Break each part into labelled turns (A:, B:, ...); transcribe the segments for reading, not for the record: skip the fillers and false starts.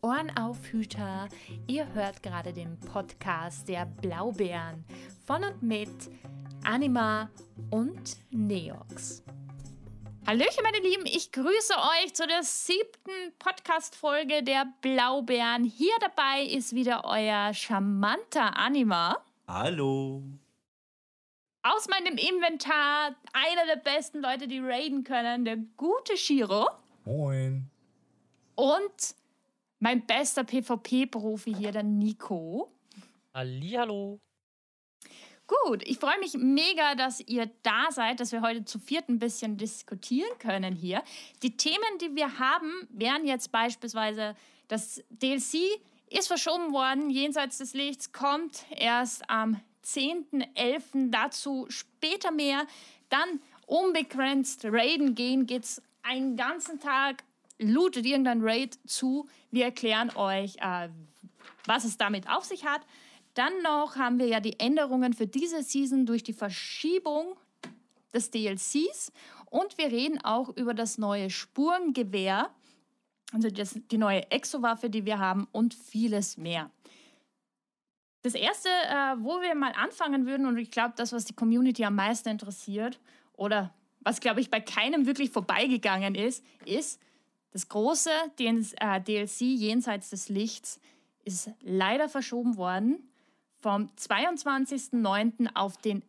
A: Ohrenaufhüter. Ihr hört gerade den Podcast der Blaubeeren von und mit Anima und Neox. Hallöchen meine Lieben, ich grüße euch zu der 7. Podcast-Folge der Blaubeeren. Hier dabei ist wieder euer charmanter Anima.
B: Hallo.
A: Aus meinem Inventar einer der besten Leute, die raiden können, der gute Shiro.
C: Moin.
A: Und mein bester PvP-Profi hier, der Nico.
D: Hallihallo.
A: Gut, ich freue mich mega, dass ihr da seid, dass wir heute zu viert ein bisschen diskutieren können hier. Die Themen, die wir haben, wären jetzt beispielsweise, das DLC ist verschoben worden, Jenseits des Lichts kommt erst am 10.11. Dazu später mehr. Dann unbegrenzt raiden gehen, geht's einen ganzen Tag, lootet irgendein Raid zu. Wir erklären euch, was es damit auf sich hat. Dann noch haben wir ja die Änderungen für diese Season durch die Verschiebung des DLCs. Und wir reden auch über das neue Spurengewehr, also die neue Exo-Waffe, die wir haben und vieles mehr. Das Erste, wo wir mal anfangen würden, und ich glaube, das, was die Community am meisten interessiert, oder was, glaube ich, bei keinem wirklich vorbeigegangen ist das große DLC Jenseits des Lichts ist leider verschoben worden. Vom 22.09. auf den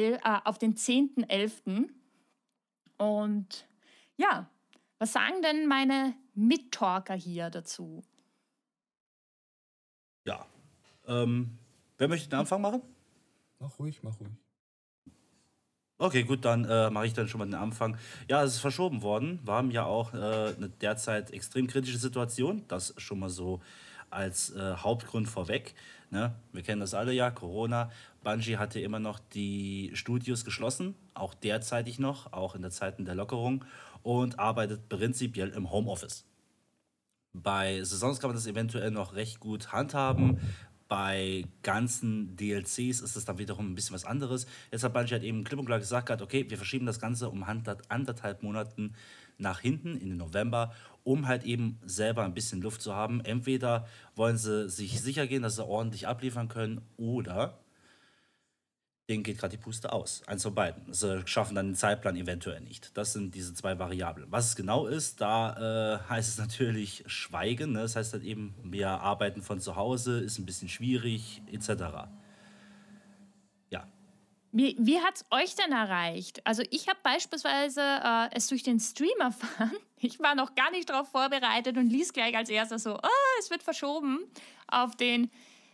A: 10.11. Und ja, was sagen denn meine Mittalker hier dazu?
B: Ja. Wer möchte den Anfang machen?
C: Mach ruhig.
B: Okay, gut, dann mache ich dann schon mal den Anfang. Ja, es ist verschoben worden. Wir haben ja auch eine derzeit extrem kritische Situation. Das schon mal so als Hauptgrund vorweg. Ne? Wir kennen das alle ja, Corona. Bungie hatte immer noch die Studios geschlossen, auch derzeitig noch, auch in der Zeiten der Lockerung und arbeitet prinzipiell im Homeoffice. Bei Saisons kann man das eventuell noch recht gut handhaben. Bei ganzen DLCs ist es dann wiederum ein bisschen was anderes. Jetzt hat Bungie halt eben klipp und klar gesagt, okay, wir verschieben das Ganze um anderthalb Monaten nach hinten in den November, um halt eben selber ein bisschen Luft zu haben. Entweder wollen sie sich sicher gehen, dass sie ordentlich abliefern können, oder denen geht gerade die Puste aus. Eins von beiden. Sie schaffen dann den Zeitplan eventuell nicht. Das sind diese zwei Variablen. Was es genau ist, da heißt es natürlich Schweigen. Ne? Das heißt halt eben, wir arbeiten von zu Hause, ist ein bisschen schwierig, etc. Ja.
A: Wie hat es euch denn erreicht? Also ich habe beispielsweise es durch den Stream erfahren. Ich war noch gar nicht darauf vorbereitet und ließ gleich als erstes so, es wird verschoben auf den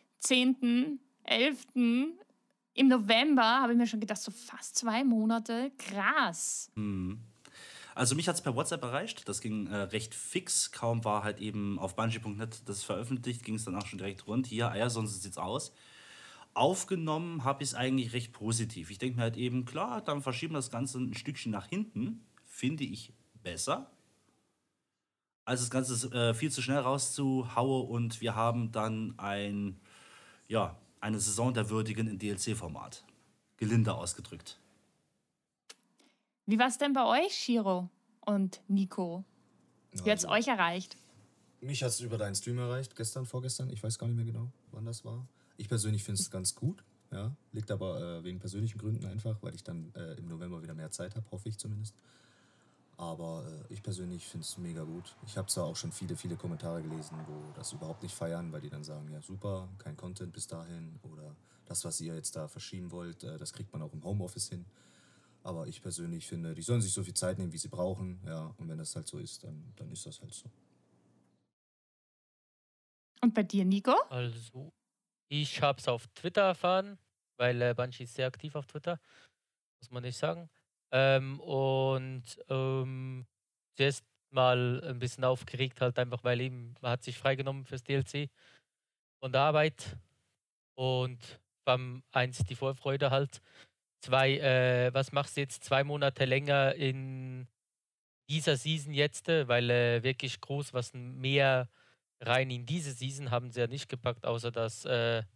A: 10.11. Im November. Habe ich mir schon gedacht, so fast 2 Monate. Krass.
B: Also mich hat es per WhatsApp erreicht. Das ging recht fix. Kaum war halt eben auf Bungie.net das veröffentlicht, ging es dann auch schon direkt rund. Hier, ja, sonst sieht's aus. Aufgenommen habe ich es eigentlich recht positiv. Ich denke mir halt eben, klar, dann verschieben wir das Ganze ein Stückchen nach hinten. Finde ich besser, als das Ganze viel zu schnell rauszuhauen. Und wir haben dann eine Saison der Würdigen in DLC-Format. Gelinde ausgedrückt.
A: Wie war es denn bei euch, Shiro und Nico? Wie hat es euch erreicht?
C: Mich hat es über deinen Stream erreicht, vorgestern, ich weiß gar nicht mehr genau, wann das war. Ich persönlich finde es ganz gut, ja. Liegt aber wegen persönlichen Gründen einfach, weil ich dann im November wieder mehr Zeit habe, hoffe ich zumindest. Aber ich persönlich finde es mega gut. Ich habe zwar auch schon viele Kommentare gelesen, wo das überhaupt nicht feiern, weil die dann sagen, ja super, kein Content bis dahin oder das, was ihr jetzt da verschieben wollt, das kriegt man auch im Homeoffice hin. Aber ich persönlich finde, die sollen sich so viel Zeit nehmen, wie sie brauchen, ja. Und wenn das halt so ist, dann ist das halt so.
A: Und bei dir, Nico?
D: Also, ich habe es auf Twitter erfahren, weil Bungie ist sehr aktiv auf Twitter, muss man nicht sagen. Zuerst mal ein bisschen aufgeregt halt einfach, weil eben man hat sich freigenommen fürs DLC von der Arbeit und beim eins die Vorfreude halt. 2, was machst du jetzt 2 Monate länger in dieser Season jetzt, weil wirklich groß was mehr rein in diese Season haben sie ja nicht gepackt, außer dass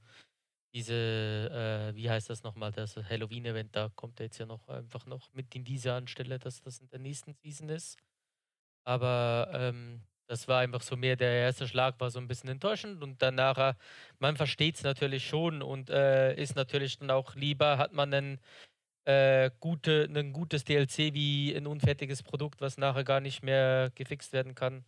D: wie heißt das nochmal, das Halloween-Event, da kommt jetzt ja noch einfach noch mit in diese Anstelle, dass das in der nächsten Season ist. Aber Das war einfach so mehr, der erste Schlag war so ein bisschen enttäuschend und dann nachher, man versteht es natürlich schon und ist natürlich dann auch lieber, hat man ein gutes DLC wie ein unfertiges Produkt, was nachher gar nicht mehr gefixt werden kann.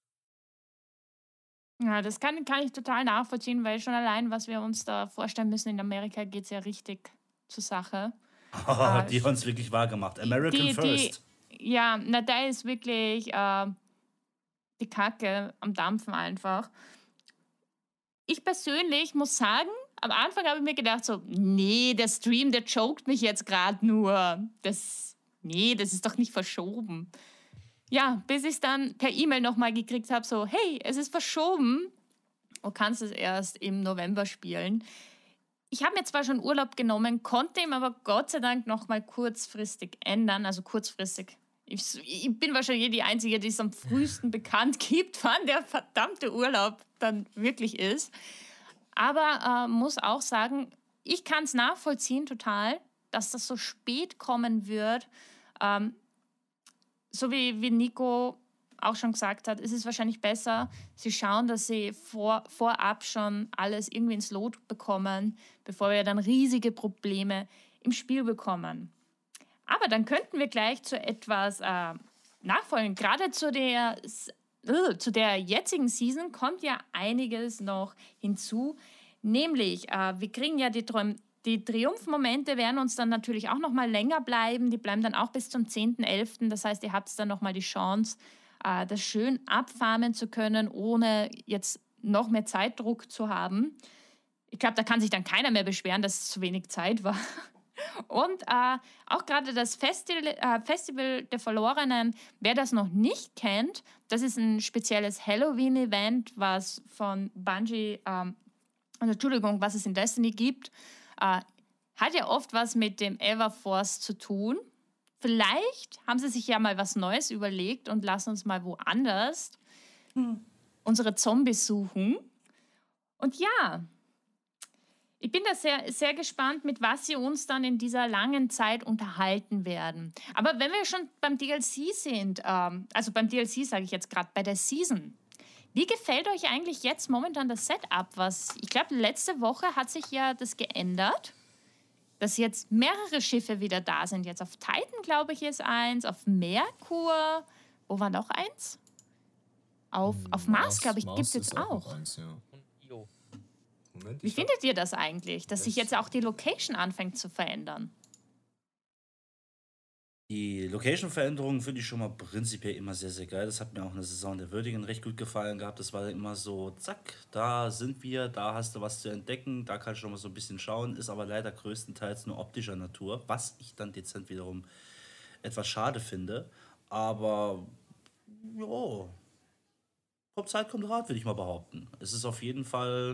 A: Ja, das kann ich total nachvollziehen, weil schon allein, was wir uns da vorstellen müssen, in Amerika geht es ja richtig zur Sache.
B: Die
A: Äh,
B: haben es wirklich wahr gemacht. American
A: die, die,
B: First.
A: ja, na, da ist wirklich die Kacke am Dampfen einfach. Ich persönlich muss sagen, am Anfang habe ich mir gedacht so, nee, der Stream, der joked mich jetzt gerade nur. Nee, das ist doch nicht verschoben. Ja, bis ich es dann per E-Mail nochmal gekriegt habe, so, hey, es ist verschoben. Du kannst es erst im November spielen. Ich habe mir zwar schon Urlaub genommen, konnte ihn aber Gott sei Dank nochmal kurzfristig ändern. Also kurzfristig. Ich bin wahrscheinlich die Einzige, die es am frühesten bekannt gibt, wann der verdammte Urlaub dann wirklich ist. Aber muss auch sagen, ich kann es nachvollziehen total, dass das so spät kommen wird. Ähm, so wie Nico auch schon gesagt hat, ist es wahrscheinlich besser, sie schauen, dass sie vorab schon alles irgendwie ins Lot bekommen, bevor wir dann riesige Probleme im Spiel bekommen. Aber dann könnten wir gleich zu etwas nachfolgen. Gerade zu der jetzigen Season kommt ja einiges noch hinzu. Nämlich, wir kriegen ja die Triumphmomente werden uns dann natürlich auch noch mal länger bleiben. Die bleiben dann auch bis zum 10.11. Das heißt, ihr habt dann noch mal die Chance, das schön abfarmen zu können, ohne jetzt noch mehr Zeitdruck zu haben. Ich glaube, da kann sich dann keiner mehr beschweren, dass es zu wenig Zeit war. Und auch gerade das Festival der Verlorenen, wer das noch nicht kennt, das ist ein spezielles Halloween-Event, was von Bungie, was es in Destiny gibt, hat ja oft was mit dem Everforce zu tun. Vielleicht haben sie sich ja mal was Neues überlegt und lassen uns mal woanders unsere Zombies suchen. Und ja, ich bin da sehr, sehr gespannt, mit was sie uns dann in dieser langen Zeit unterhalten werden. Aber wenn wir schon beim DLC sind, also beim DLC sage ich jetzt gerade, bei der Season, wie gefällt euch eigentlich jetzt momentan das Setup? Ich glaube, letzte Woche hat sich ja das geändert, dass jetzt mehrere Schiffe wieder da sind. Jetzt auf Titan, glaube ich, ist eins, auf Merkur, wo war noch eins? Auf Mars, glaube ich, gibt es jetzt auch.
C: Eins, ja.
D: Und jo.
C: Moment,
A: Wie findet ihr das eigentlich, dass sich jetzt auch die Location anfängt zu verändern?
B: Die Location-Veränderungen finde ich schon mal prinzipiell immer sehr, sehr geil. Das hat mir auch eine Saison der Würdigen recht gut gefallen gehabt. Das war immer so, zack, da sind wir, da hast du was zu entdecken, da kannst du schon mal so ein bisschen schauen, ist aber leider größtenteils nur optischer Natur, was ich dann dezent wiederum etwas schade finde. Aber, jo, kommt Zeit, kommt Rat, würde ich mal behaupten. Es ist auf jeden Fall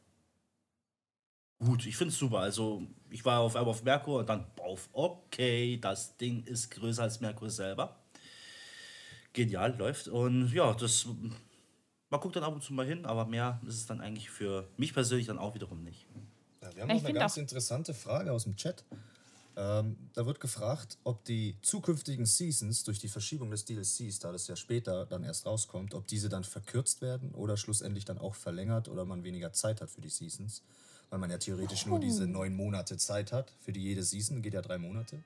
B: gut, ich finde es super. Also, ich war auf einmal auf Merkur und dann auf, okay, das Ding ist größer als Merkur selber. Genial, läuft. Und ja, man guckt dann ab und zu mal hin, aber mehr ist es dann eigentlich für mich persönlich dann auch wiederum nicht.
C: Ja, wir haben
A: Ich
C: noch eine
A: find
C: ganz
A: auch-
C: interessante Frage aus dem Chat. Da wird gefragt, ob die zukünftigen Seasons durch die Verschiebung des DLCs, da das ja später dann erst rauskommt, ob diese dann verkürzt werden oder schlussendlich dann auch verlängert oder man weniger Zeit hat für die Seasons. Weil man ja theoretisch nur diese 9 Monate Zeit hat. Für jede Season geht ja 3 Monate.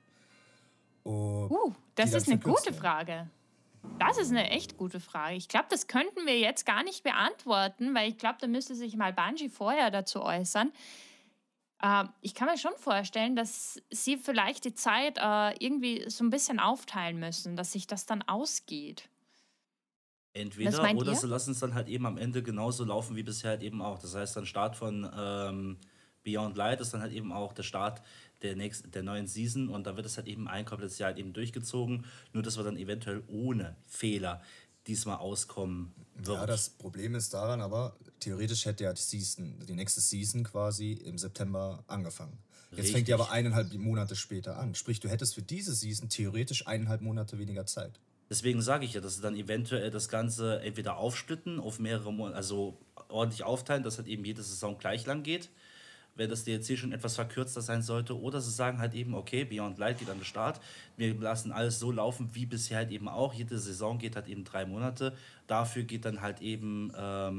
A: Das
C: die dann
A: ist eine
C: verkürzt
A: gute
C: werden.
A: Frage. Das ist eine echt gute Frage. Ich glaube, das könnten wir jetzt gar nicht beantworten, weil ich glaube, da müsste sich mal Bungie vorher dazu äußern. Ich kann mir schon vorstellen, dass sie vielleicht die Zeit irgendwie so ein bisschen aufteilen müssen, dass sich das dann ausgeht. Was
B: Entweder
A: meint
B: oder
A: ihr?
B: sie lassen es dann halt eben am Ende genauso laufen wie bisher halt eben auch. Das heißt, dann Start von Beyond Light ist dann halt eben auch der Start der neuen Season und da wird es halt eben ein komplettes Jahr halt eben durchgezogen, nur dass wir dann eventuell ohne Fehler diesmal auskommen wird.
C: Ja, das Problem ist daran, aber theoretisch hätte ja die nächste Season quasi im September angefangen. Jetzt fängt die aber
B: Richtig.
C: 1,5 Monate später an. Sprich, du hättest für diese Season theoretisch 1,5 Monate weniger Zeit.
B: Deswegen sage ich ja, dass sie dann eventuell das Ganze entweder aufsplitten auf mehrere Monate, also ordentlich aufteilen, dass halt eben jede Saison gleich lang geht. wenn das DLC schon etwas verkürzter sein sollte. Oder sie sagen halt eben, okay, Beyond Light geht an den Start. Wir lassen alles so laufen, wie bisher halt eben auch. Jede Saison geht halt eben 3 Monate. Dafür geht dann halt eben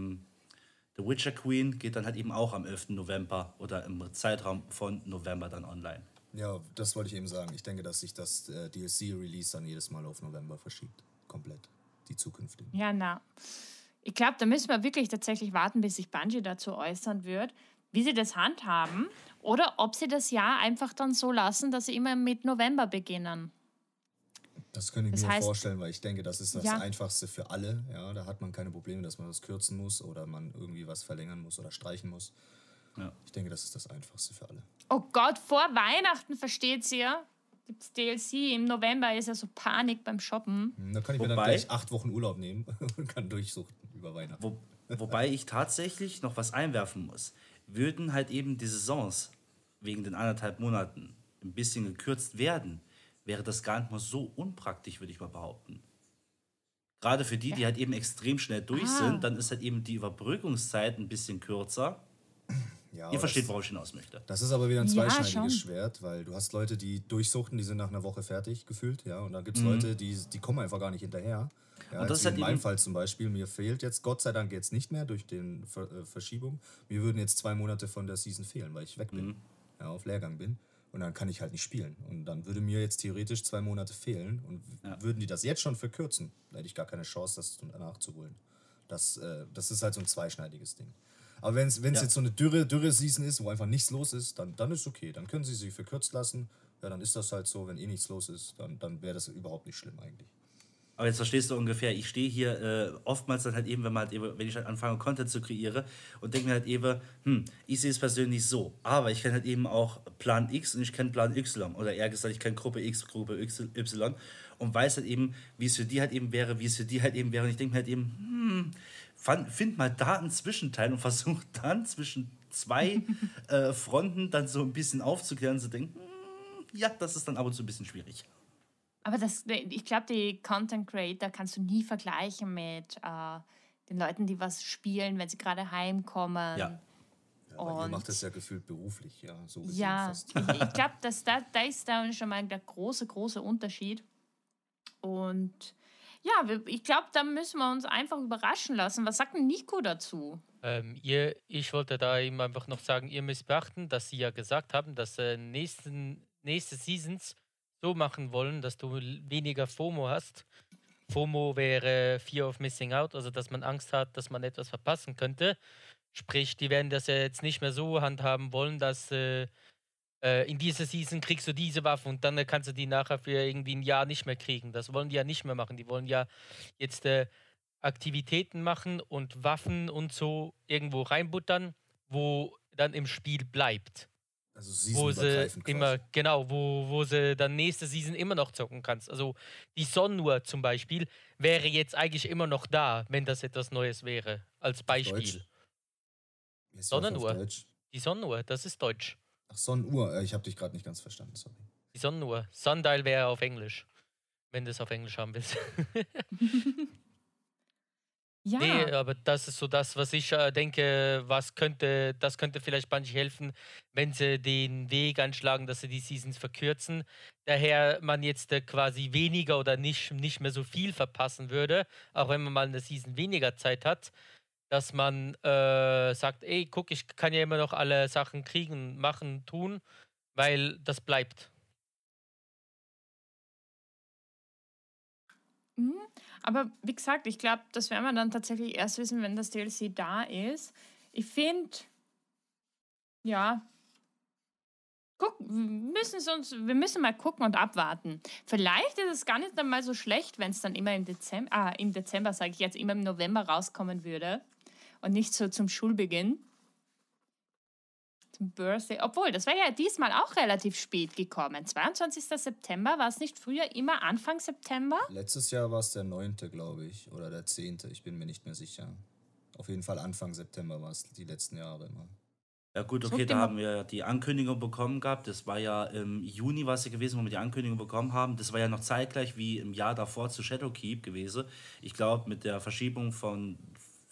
B: The Witcher Queen geht dann halt eben auch am 11. November oder im Zeitraum von November dann online.
C: Ja, das wollte ich eben sagen. Ich denke, dass sich das DLC-Release dann jedes Mal auf November verschiebt. Komplett. Die zukünftigen.
A: Ja, na. Ich glaube, da müssen wir wirklich tatsächlich warten, bis sich Bungie dazu äußern wird, wie sie das handhaben oder ob sie das Jahr einfach dann so lassen, dass sie immer mit November beginnen.
C: Das könnte ich
A: Das
C: mir
A: heißt-
C: vorstellen, weil ich denke, das ist das
A: Ja.
C: Einfachste für alle. Ja, da hat man keine Probleme, dass man das kürzen muss oder man irgendwie was verlängern muss oder streichen muss.
B: Ja.
C: Ich denke, das ist das Einfachste für alle.
A: Oh Gott, vor Weihnachten, versteht's ihr? Gibt's DLC. Im November ist ja so Panik beim Shoppen.
C: Da kann ich mir dann
B: Wobei-
C: gleich 8 Wochen Urlaub nehmen und kann durchsuchen über Weihnachten.
B: Wobei ich tatsächlich noch was einwerfen muss. Würden halt eben die Saisons wegen den 1,5 Monaten ein bisschen gekürzt werden, wäre das gar nicht mal so unpraktisch, würde ich mal behaupten. Gerade für die halt eben extrem schnell durch
A: Ah.
B: sind, dann ist halt eben die Überbrückungszeit ein bisschen kürzer.
C: Ja,
B: Ihr
C: aber
B: versteht,
C: das,
B: worauf ich hinaus möchte.
C: das ist aber wieder ein
A: Ja,
C: zweischneidiges
A: schon.
C: Schwert, weil du hast Leute, die durchsuchten, die sind nach einer Woche fertig gefühlt, ja, und dann gibt es
B: Mhm.
C: Leute, die kommen einfach gar nicht hinterher. Ja,
B: Und das
C: jetzt
B: ist
C: wie
B: halt
C: in meinem
B: eben-
C: Fall zum Beispiel, mir fehlt jetzt, Gott sei Dank jetzt nicht mehr durch den Verschiebung, mir würden jetzt 2 Monate von der Season fehlen, weil ich weg bin, ja, auf Lehrgang bin. Und dann kann ich halt nicht spielen. Und dann würde mir jetzt theoretisch 2 Monate fehlen. Und würden die das jetzt schon verkürzen, dann hätte ich gar keine Chance, das nachzuholen. Das ist halt so ein zweischneidiges Ding. Aber wenn es
B: Ja.
C: jetzt so eine Dürre-Season ist, wo einfach nichts los ist, dann ist okay. Dann können sie sich verkürzt lassen. Ja, dann ist das halt so. Wenn eh nichts los ist, dann wäre das überhaupt nicht schlimm eigentlich.
B: Aber jetzt verstehst du ungefähr, ich stehe hier oftmals dann halt eben, wenn ich halt anfange, Content zu kreieren und denke mir halt eben, ich sehe es persönlich so, aber ich kenne halt eben auch Plan X und ich kenne Plan Y oder eher gesagt, ich kenne Gruppe X, Gruppe Y und weiß halt eben, wie es für die halt eben wäre, wie es für die halt eben wäre und ich denke mir halt eben, find mal da einen Zwischenteil und versuch dann zwischen zwei Fronten dann so ein bisschen aufzuklären und zu denken, ja, das ist dann ab und zu ein bisschen schwierig.
A: Aber ich glaube, die Content Creator kannst du nie vergleichen mit den Leuten, die was spielen, wenn sie gerade heimkommen.
B: Ja.
C: Ja, aber ihr
A: Und-
C: macht das ja gefühlt beruflich, ja. So gesehen
A: Ja,
C: fast.
A: ich glaube, da ist da schon mal der große, große Unterschied. Und ja, ich glaube, da müssen wir uns einfach überraschen lassen. Was sagt denn Nico dazu?
D: Ich wollte da eben einfach noch sagen, ihr müsst beachten, dass sie ja gesagt haben, dass nächste Seasons so machen wollen, dass du weniger FOMO hast. FOMO wäre Fear of Missing Out, also dass man Angst hat, dass man etwas verpassen könnte. Sprich, die werden das ja jetzt nicht mehr so handhaben wollen, dass in dieser Season kriegst du diese Waffe und dann kannst du die nachher für irgendwie ein Jahr nicht mehr kriegen. Das wollen die ja nicht mehr machen. Die wollen ja jetzt Aktivitäten machen und Waffen und so irgendwo reinbuttern, wo dann im Spiel bleibt.
C: Also
D: Wo sie
C: seasonübergreifend
D: immer,
C: quasi.
D: genau, wo sie dann nächste Season immer noch zocken kannst. Also die Sonnenuhr zum Beispiel wäre jetzt eigentlich immer noch da, wenn das etwas Neues wäre, als Beispiel.
C: Deutsch? Wie ist die Waffe auf
D: Sonnenuhr.
C: Deutsch?
D: Die Sonnenuhr, das ist Deutsch.
C: Ach, Sonnenuhr. Ich habe dich gerade nicht ganz verstanden, sorry.
D: Die Sonnenuhr. Sundial wäre auf Englisch, wenn du es auf Englisch haben willst.
A: Ja,
D: Nee, aber das ist so das, was ich denke, das könnte vielleicht Bungie helfen, wenn sie den Weg einschlagen, dass sie die Seasons verkürzen. Daher man jetzt quasi weniger oder nicht mehr so viel verpassen würde, auch wenn man mal eine Season weniger Zeit hat, dass man sagt, ey, guck, ich kann ja immer noch alle Sachen kriegen, machen, tun, weil das bleibt.
A: aber wie gesagt, ich glaube, das werden wir dann tatsächlich erst wissen, wenn das DLC da ist. Ich finde, ja, wir müssen mal gucken und abwarten. Vielleicht ist es gar nicht einmal so schlecht, wenn es dann immer im Dezember, sage ich jetzt, immer im November rauskommen würde und nicht so zum Schulbeginn. Zum Birthday. Obwohl, das wäre ja diesmal auch relativ spät gekommen. 22. September, war es nicht früher immer Anfang September?
C: Letztes Jahr war es der 9., glaube ich, oder der 10., ich bin mir nicht mehr sicher. Auf jeden Fall Anfang September war es die letzten Jahre immer.
B: Ja gut,
A: Such
B: okay,
A: dir
B: da
A: mal-
B: haben wir die Ankündigung bekommen gehabt. Das war ja im Juni war es ja gewesen, wo wir die Ankündigung bekommen haben. Das war ja noch zeitgleich wie im Jahr davor zu Shadowkeep gewesen. Ich glaube, mit der Verschiebung von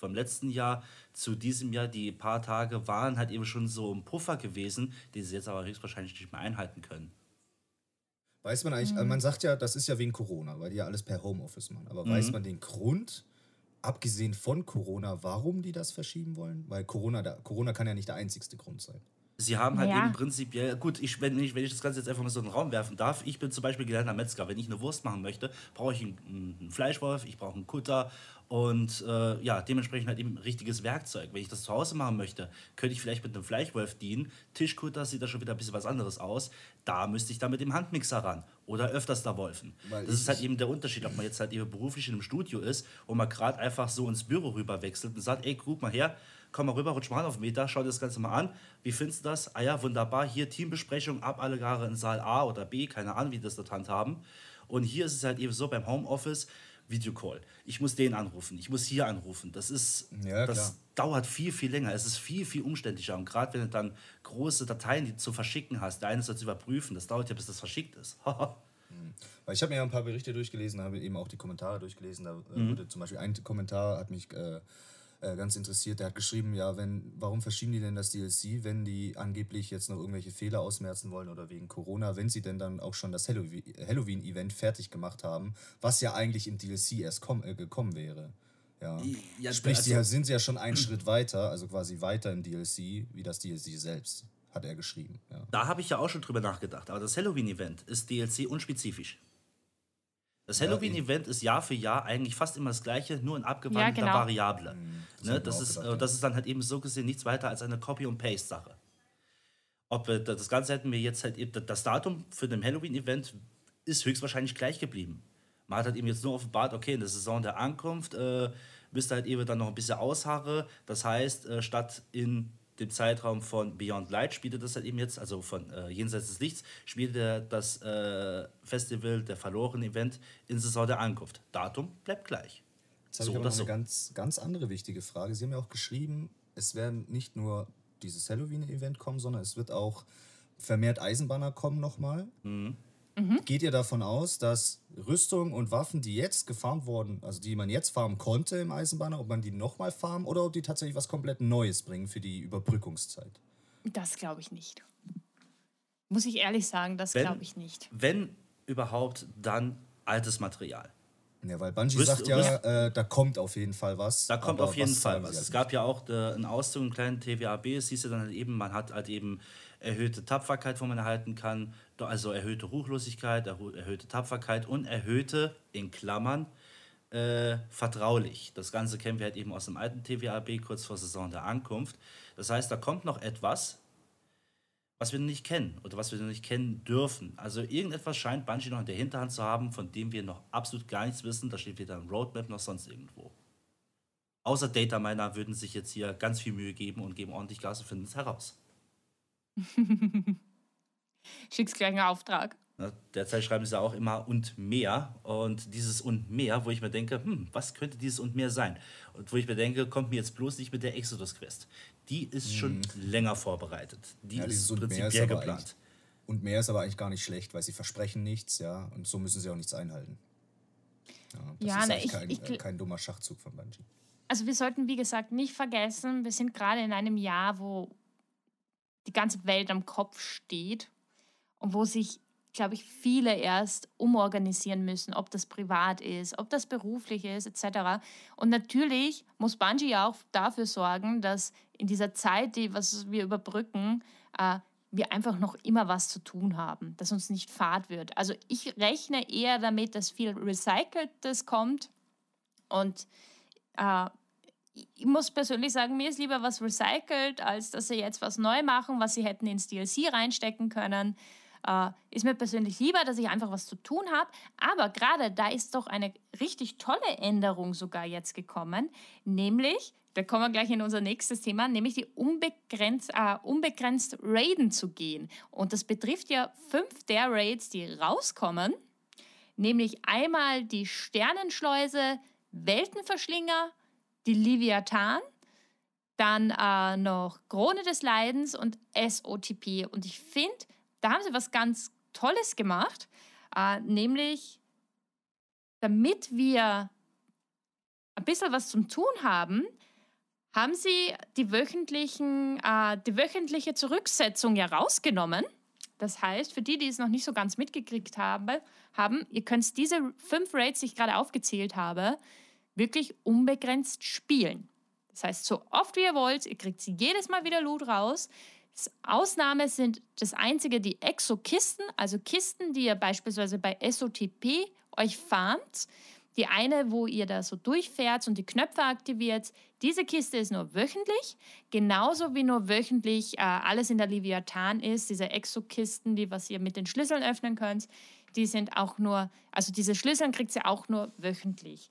B: vom letzten Jahr zu diesem Jahr, die paar Tage waren halt eben schon so ein Puffer gewesen, den sie jetzt aber höchstwahrscheinlich nicht mehr einhalten können.
C: Weiß man eigentlich, man sagt ja, das ist ja wegen Corona, weil die ja alles per Homeoffice machen. Aber weiß man den Grund, abgesehen von Corona, warum die das verschieben wollen? Weil Corona kann ja nicht der einzigste Grund sein.
B: Sie haben halt
A: Ja.
B: eben prinzipiell, gut, wenn ich das Ganze jetzt einfach mal so in den Raum werfen darf, ich bin zum Beispiel gelernter Metzger. Wenn ich eine Wurst machen möchte, brauche ich einen Fleischwolf, ich brauche einen Kutter und ja, dementsprechend halt eben richtiges Werkzeug. Wenn ich das zu Hause machen möchte, könnte ich vielleicht mit einem Fleischwolf dienen. Tischkutter sieht da schon wieder ein bisschen was anderes aus. Da müsste ich dann mit dem Handmixer ran oder öfters da wolfen.
C: Weil
B: Das ist halt eben der Unterschied, ob man jetzt halt eben beruflich in einem Studio ist und man gerade einfach so ins Büro rüber wechselt und sagt, ey, guck mal her, komm mal rüber, rutsch mal an auf den Meter, schau dir das Ganze mal an. Wie findest du das? Ah ja, wunderbar. Hier Teambesprechung, ab alle Jahre in Saal A oder B, keine Ahnung, wie die das dort handhaben. Und hier ist es halt eben so beim Homeoffice, Videocall. Ich muss den anrufen, ich muss hier anrufen. Das
C: Ja, klar.
B: dauert viel, viel länger. Es ist viel, viel umständlicher. Und gerade wenn du dann große Dateien, die zu verschicken hast, der eine soll zu überprüfen, das dauert ja, bis das verschickt ist.
C: Weil ich habe mir ja ein paar Berichte durchgelesen, habe eben auch die Kommentare durchgelesen. Da wurde zum Beispiel ein Kommentar hat mich ganz interessiert. Der hat geschrieben, ja, warum verschieben die denn das DLC, wenn die angeblich jetzt noch irgendwelche Fehler ausmerzen wollen oder wegen Corona, wenn sie denn dann auch schon das Halloween-Event fertig gemacht haben, was ja eigentlich im DLC erst gekommen wäre. Ja.
B: Ja,
C: Sprich,
B: also-
C: sind sie ja schon einen Schritt weiter, also quasi weiter im DLC, wie das DLC selbst, hat er geschrieben. Ja.
B: Da habe ich ja auch schon drüber nachgedacht. Aber das Halloween-Event ist DLC unspezifisch. Das
C: Ja,
B: Halloween-Event ist Jahr für Jahr eigentlich fast immer das gleiche, nur in abgewandelter
A: Ja, genau.
B: Variable.
C: Das
B: Ne,
C: hab ich mir auch gedacht, ja.
B: das ist dann halt eben so gesehen nichts weiter als eine Copy-and-Paste-Sache. Das Ganze hätten wir jetzt halt eben, das Datum für den Halloween-Event ist höchstwahrscheinlich gleich geblieben. Man hat halt eben jetzt nur offenbart, okay, in der Saison der Ankunft müsste halt eben dann noch ein bisschen ausharre. Das heißt, statt in dem Zeitraum von Beyond Light spielte das halt eben jetzt, also von Jenseits des Lichts, spielte das Festival der verlorenen Event in Saison der Ankunft. Datum bleibt gleich.
C: Jetzt habe
B: So
C: ich aber
B: oder
C: noch
B: so.
C: eine ganz andere wichtige Frage. Sie haben ja auch geschrieben, es werden nicht nur dieses Halloween-Event kommen, sondern es wird auch vermehrt Eisenbahner kommen nochmal. Geht ihr davon aus, dass Rüstung und Waffen, die jetzt gefarmt wurden, also die man jetzt farmen konnte im Eisenbahner, ob man die nochmal farmen oder ob die tatsächlich was komplett Neues bringen für die Überbrückungszeit?
A: Das glaube ich nicht. Muss ich ehrlich sagen, das glaube ich nicht.
B: Wenn überhaupt, dann altes Material.
C: Ja, weil Bungie
B: Rüst-
C: sagt ja, da kommt auf jeden Fall was.
B: Da kommt
C: aber
B: auf jeden
C: was
B: Fall
C: sagen
B: was.
C: sie
B: Es
C: halt
B: gab ja auch einen Auszug, einen kleinen TWAB. Es hieß ja dann halt eben, man hat halt eben erhöhte Tapferkeit, wo man erhalten kann. Also erhöhte Ruchlosigkeit, erhöhte Tapferkeit und erhöhte, in Klammern, vertraulich. Das Ganze kennen wir halt eben aus dem alten TWAB, kurz vor Saison der Ankunft. Das heißt, da kommt noch etwas, was wir noch nicht kennen oder was wir noch nicht kennen dürfen. Also irgendetwas scheint Bungie noch in der Hinterhand zu haben, von dem wir noch absolut gar nichts wissen. Da steht weder im Roadmap noch sonst irgendwo. Außer Dataminer würden sich jetzt hier ganz viel Mühe geben und geben ordentlich Gas und finden es heraus.
A: Schick's gleich einen Auftrag.
B: Ne, derzeit schreiben sie ja auch immer und mehr. Und dieses und mehr, wo ich mir denke, was könnte dieses und mehr sein? Und wo ich mir denke, kommt mir jetzt bloß nicht mit der Exodus-Quest. Die ist schon länger vorbereitet. Die
C: Ja,
B: ist
C: dieses und mehr ist
B: prinzipiell
C: aber
B: geplant.
C: Und mehr ist aber eigentlich gar nicht schlecht, weil sie versprechen nichts, ja, und so müssen sie auch nichts einhalten. Ja, das
A: Ja,
C: ist
A: ne,
C: eigentlich
A: ich
C: kein dummer Schachzug von Bungie.
A: Also wir sollten, wie gesagt, nicht vergessen, wir sind gerade in einem Jahr, wo die ganze Welt am Kopf steht und wo sich, glaube ich, viele erst umorganisieren müssen, ob das privat ist, ob das beruflich ist, etc. Und natürlich muss Bungie ja auch dafür sorgen, dass in dieser Zeit, was wir überbrücken, wir einfach noch immer was zu tun haben, dass uns nicht fad wird. Also ich rechne eher damit, dass viel Recyceltes kommt und ich muss persönlich sagen, mir ist lieber was recycelt, als dass sie jetzt was neu machen, was sie hätten ins DLC reinstecken können. Ist mir persönlich lieber, dass ich einfach was zu tun habe. Aber gerade da ist doch eine richtig tolle Änderung sogar jetzt gekommen, nämlich, da kommen wir gleich in unser nächstes Thema, nämlich die unbegrenzt Raiden zu gehen. Und das betrifft ja 5 der Raids, die rauskommen, nämlich einmal die Sternenschleuse, Weltenverschlinger, die Leviathan, dann noch Krone des Leidens und SOTP. Und ich finde, da haben sie was ganz Tolles gemacht, nämlich damit wir ein bisschen was zum Tun haben, haben sie die wöchentliche Zurücksetzung ja rausgenommen. Das heißt, für die es noch nicht so ganz mitgekriegt haben, ihr könnt diese 5 Raids, die ich gerade aufgezählt habe, wirklich unbegrenzt spielen. Das heißt, so oft wie ihr wollt, ihr kriegt jedes Mal wieder Loot raus. Ausnahme sind das einzige die Exo-Kisten, also Kisten, die ihr beispielsweise bei SOTP euch farmt. Die eine, wo ihr da so durchfährt und die Knöpfe aktiviert, diese Kiste ist nur wöchentlich, genauso wie nur wöchentlich alles in der Leviathan ist, diese Exo-Kisten, was ihr mit den Schlüsseln öffnen könnt, die sind auch nur, also diese Schlüsseln kriegt ihr auch nur wöchentlich.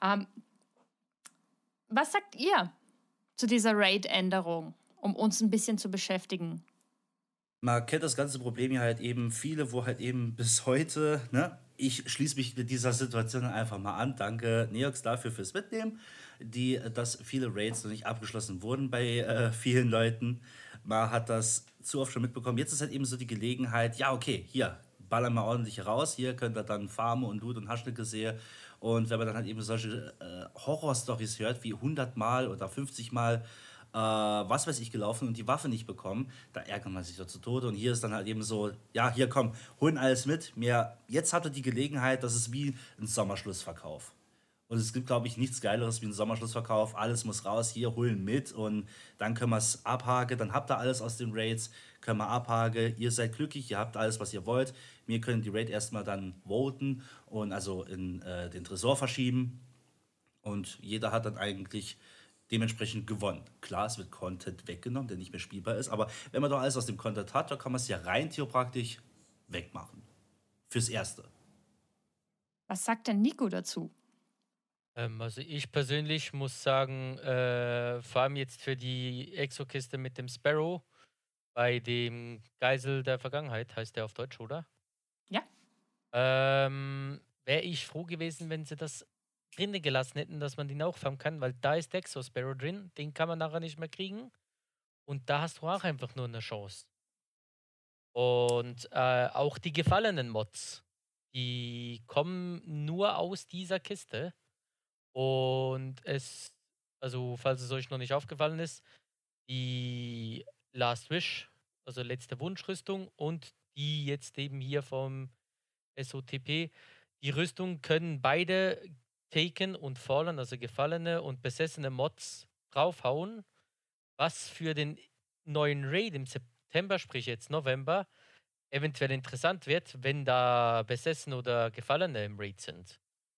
A: Was sagt ihr zu dieser Raid-Änderung, um uns ein bisschen zu beschäftigen?
B: Man kennt das ganze Problem ja halt eben viele, wo halt eben bis heute, ne? Ich schließe mich mit dieser Situation einfach mal an. Danke, Neox, dafür fürs Mitnehmen, dass viele Raids noch nicht abgeschlossen wurden bei vielen Leuten. Man hat das zu oft schon mitbekommen. Jetzt ist halt eben so die Gelegenheit, ja, okay, hier, ballern wir ordentlich raus. Hier könnt ihr dann Farmen und Loot und Haschnicke sehen. Und wenn man dann halt eben solche Horror-Stories hört, wie 100 Mal oder 50 Mal was weiß ich, gelaufen und die Waffe nicht bekommen, da ärgert man sich doch zu Tode. Und hier ist dann halt eben so, ja, hier komm, holen alles mit. Jetzt habt ihr die Gelegenheit, das ist wie ein Sommerschlussverkauf. Und es gibt, glaube ich, nichts Geileres wie ein Sommerschlussverkauf. Alles muss raus, hier holen mit und dann können wir es abhaken. Dann habt ihr alles aus den Raids, können wir abhaken. Ihr seid glücklich, ihr habt alles, was ihr wollt. Wir können die Raid erstmal dann voten und also in den Tresor verschieben. Und jeder hat dann eigentlich dementsprechend gewonnen. Klar, es wird Content weggenommen, der nicht mehr spielbar ist, aber wenn man doch alles aus dem Content hat, dann kann man es ja rein theoretisch wegmachen. Fürs Erste.
A: Was sagt denn Nico dazu?
D: Also ich persönlich muss sagen, vor allem jetzt für die Exo-Kiste mit dem Sparrow, bei dem Geisel der Vergangenheit, heißt der auf Deutsch, oder?
A: Ja.
D: Wäre ich froh gewesen, wenn sie das drinnen gelassen hätten, dass man den auch farmen kann, weil da ist der Exo-Sparrow drin, den kann man nachher nicht mehr kriegen. Und da hast du auch einfach nur eine Chance. Und auch die gefallenen Mods, die kommen nur aus dieser Kiste. Und also falls es euch noch nicht aufgefallen ist, die Last Wish, also letzte Wunschrüstung und die jetzt eben hier vom SOTP, die Rüstung können beide Taken und Fallen, also gefallene und besessene Mods draufhauen, was für den neuen Raid im September, sprich jetzt November, eventuell interessant wird, wenn da besessene oder gefallene im Raid sind.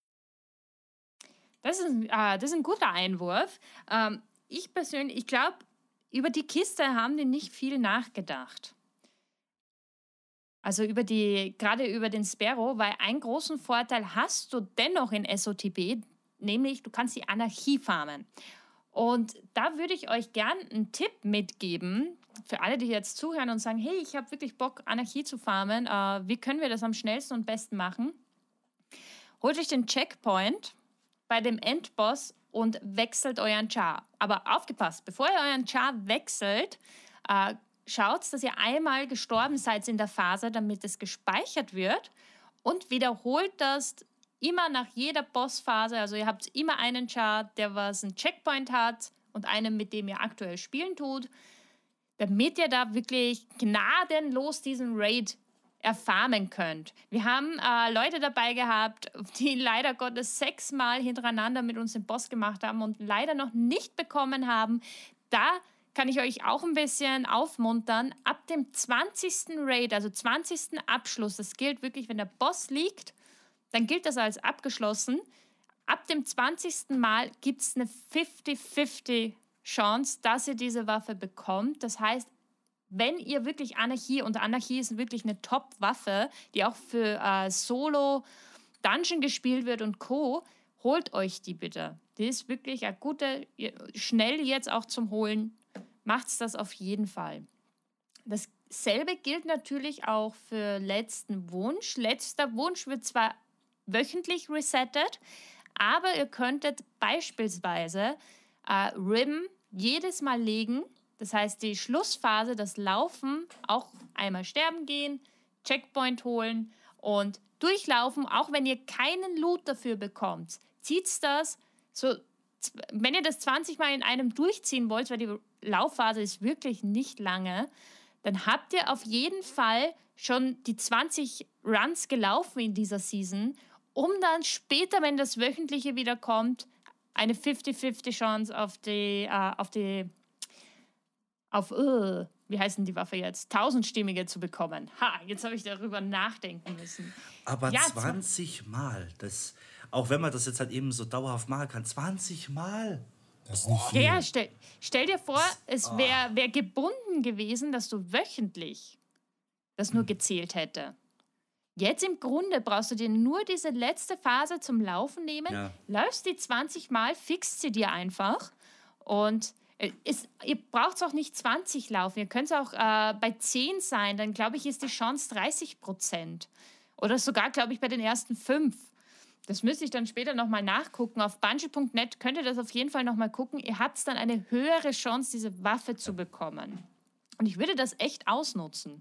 A: Das ist ein guter Einwurf. Ich persönlich, ich glaube, über die Kiste haben die nicht viel nachgedacht. Also gerade über den Sparrow, weil einen großen Vorteil hast du dennoch in SOTP, nämlich du kannst die Anarchie farmen. Und da würde ich euch gern einen Tipp mitgeben, für alle, die jetzt zuhören und sagen, hey, ich habe wirklich Bock, Anarchie zu farmen. Wie können wir das am schnellsten und besten machen? Holt euch den Checkpoint bei dem Endboss und wechselt euren Char. Aber aufgepasst, bevor ihr euren Char wechselt, schaut, dass ihr einmal gestorben seid in der Phase, damit es gespeichert wird und wiederholt das immer nach jeder Bossphase. Also ihr habt immer einen Char, der einen Checkpoint hat und einen, mit dem ihr aktuell spielen tut, damit ihr da wirklich gnadenlos diesen Raid erfarmen könnt. Wir haben Leute dabei gehabt, die leider Gottes 6 Mal hintereinander mit uns den Boss gemacht haben und leider noch nicht bekommen haben. Da kann ich euch auch ein bisschen aufmuntern. Ab dem 20. Raid, also 20. Abschluss, das gilt wirklich, wenn der Boss liegt, dann gilt das als abgeschlossen. Ab dem 20. Mal gibt es eine 50-50 Chance, dass ihr diese Waffe bekommt. Das heißt, wenn ihr wirklich Anarchie, und Anarchie ist wirklich eine Top-Waffe, die auch für Solo, Dungeon gespielt wird und Co., holt euch die bitte. Die ist wirklich eine gute, schnell jetzt auch zum Holen. Macht's das auf jeden Fall. Dasselbe gilt natürlich auch für letzten Wunsch. Letzter Wunsch wird zwar wöchentlich resettet, aber ihr könntet beispielsweise Rim jedes Mal legen. Das heißt, die Schlussphase, das Laufen, auch einmal sterben gehen, Checkpoint holen und durchlaufen, auch wenn ihr keinen Loot dafür bekommt. Zieht's das so wenn ihr das 20 Mal in einem durchziehen wollt, weil die Laufphase ist wirklich nicht lange, dann habt ihr auf jeden Fall schon die 20 Runs gelaufen in dieser Season, um dann später, wenn das Wöchentliche wieder kommt, eine 50-50 Chance wie heißt denn die Waffe jetzt? 1000-stimmige zu bekommen. Jetzt habe ich darüber nachdenken müssen.
B: Aber ja, 20 Mal, auch wenn man das jetzt halt eben so dauerhaft machen kann, 20 Mal.
C: Das ist nicht viel.
A: Ja, stell dir vor, es wäre gebunden gewesen, dass du wöchentlich das nur gezählt hätte. Jetzt im Grunde brauchst du dir nur diese letzte Phase zum Laufen nehmen, läufst die 20 Mal, fixt sie dir einfach und ihr braucht es auch nicht 20 laufen, ihr könnt es auch bei 10 sein, dann glaube ich, ist die Chance 30%. Oder sogar, glaube ich, bei den ersten 5. Das müsste ich dann später nochmal nachgucken. Auf Bungie.net könnt ihr das auf jeden Fall nochmal gucken. Ihr habt dann eine höhere Chance, diese Waffe zu bekommen. Und ich würde das echt ausnutzen.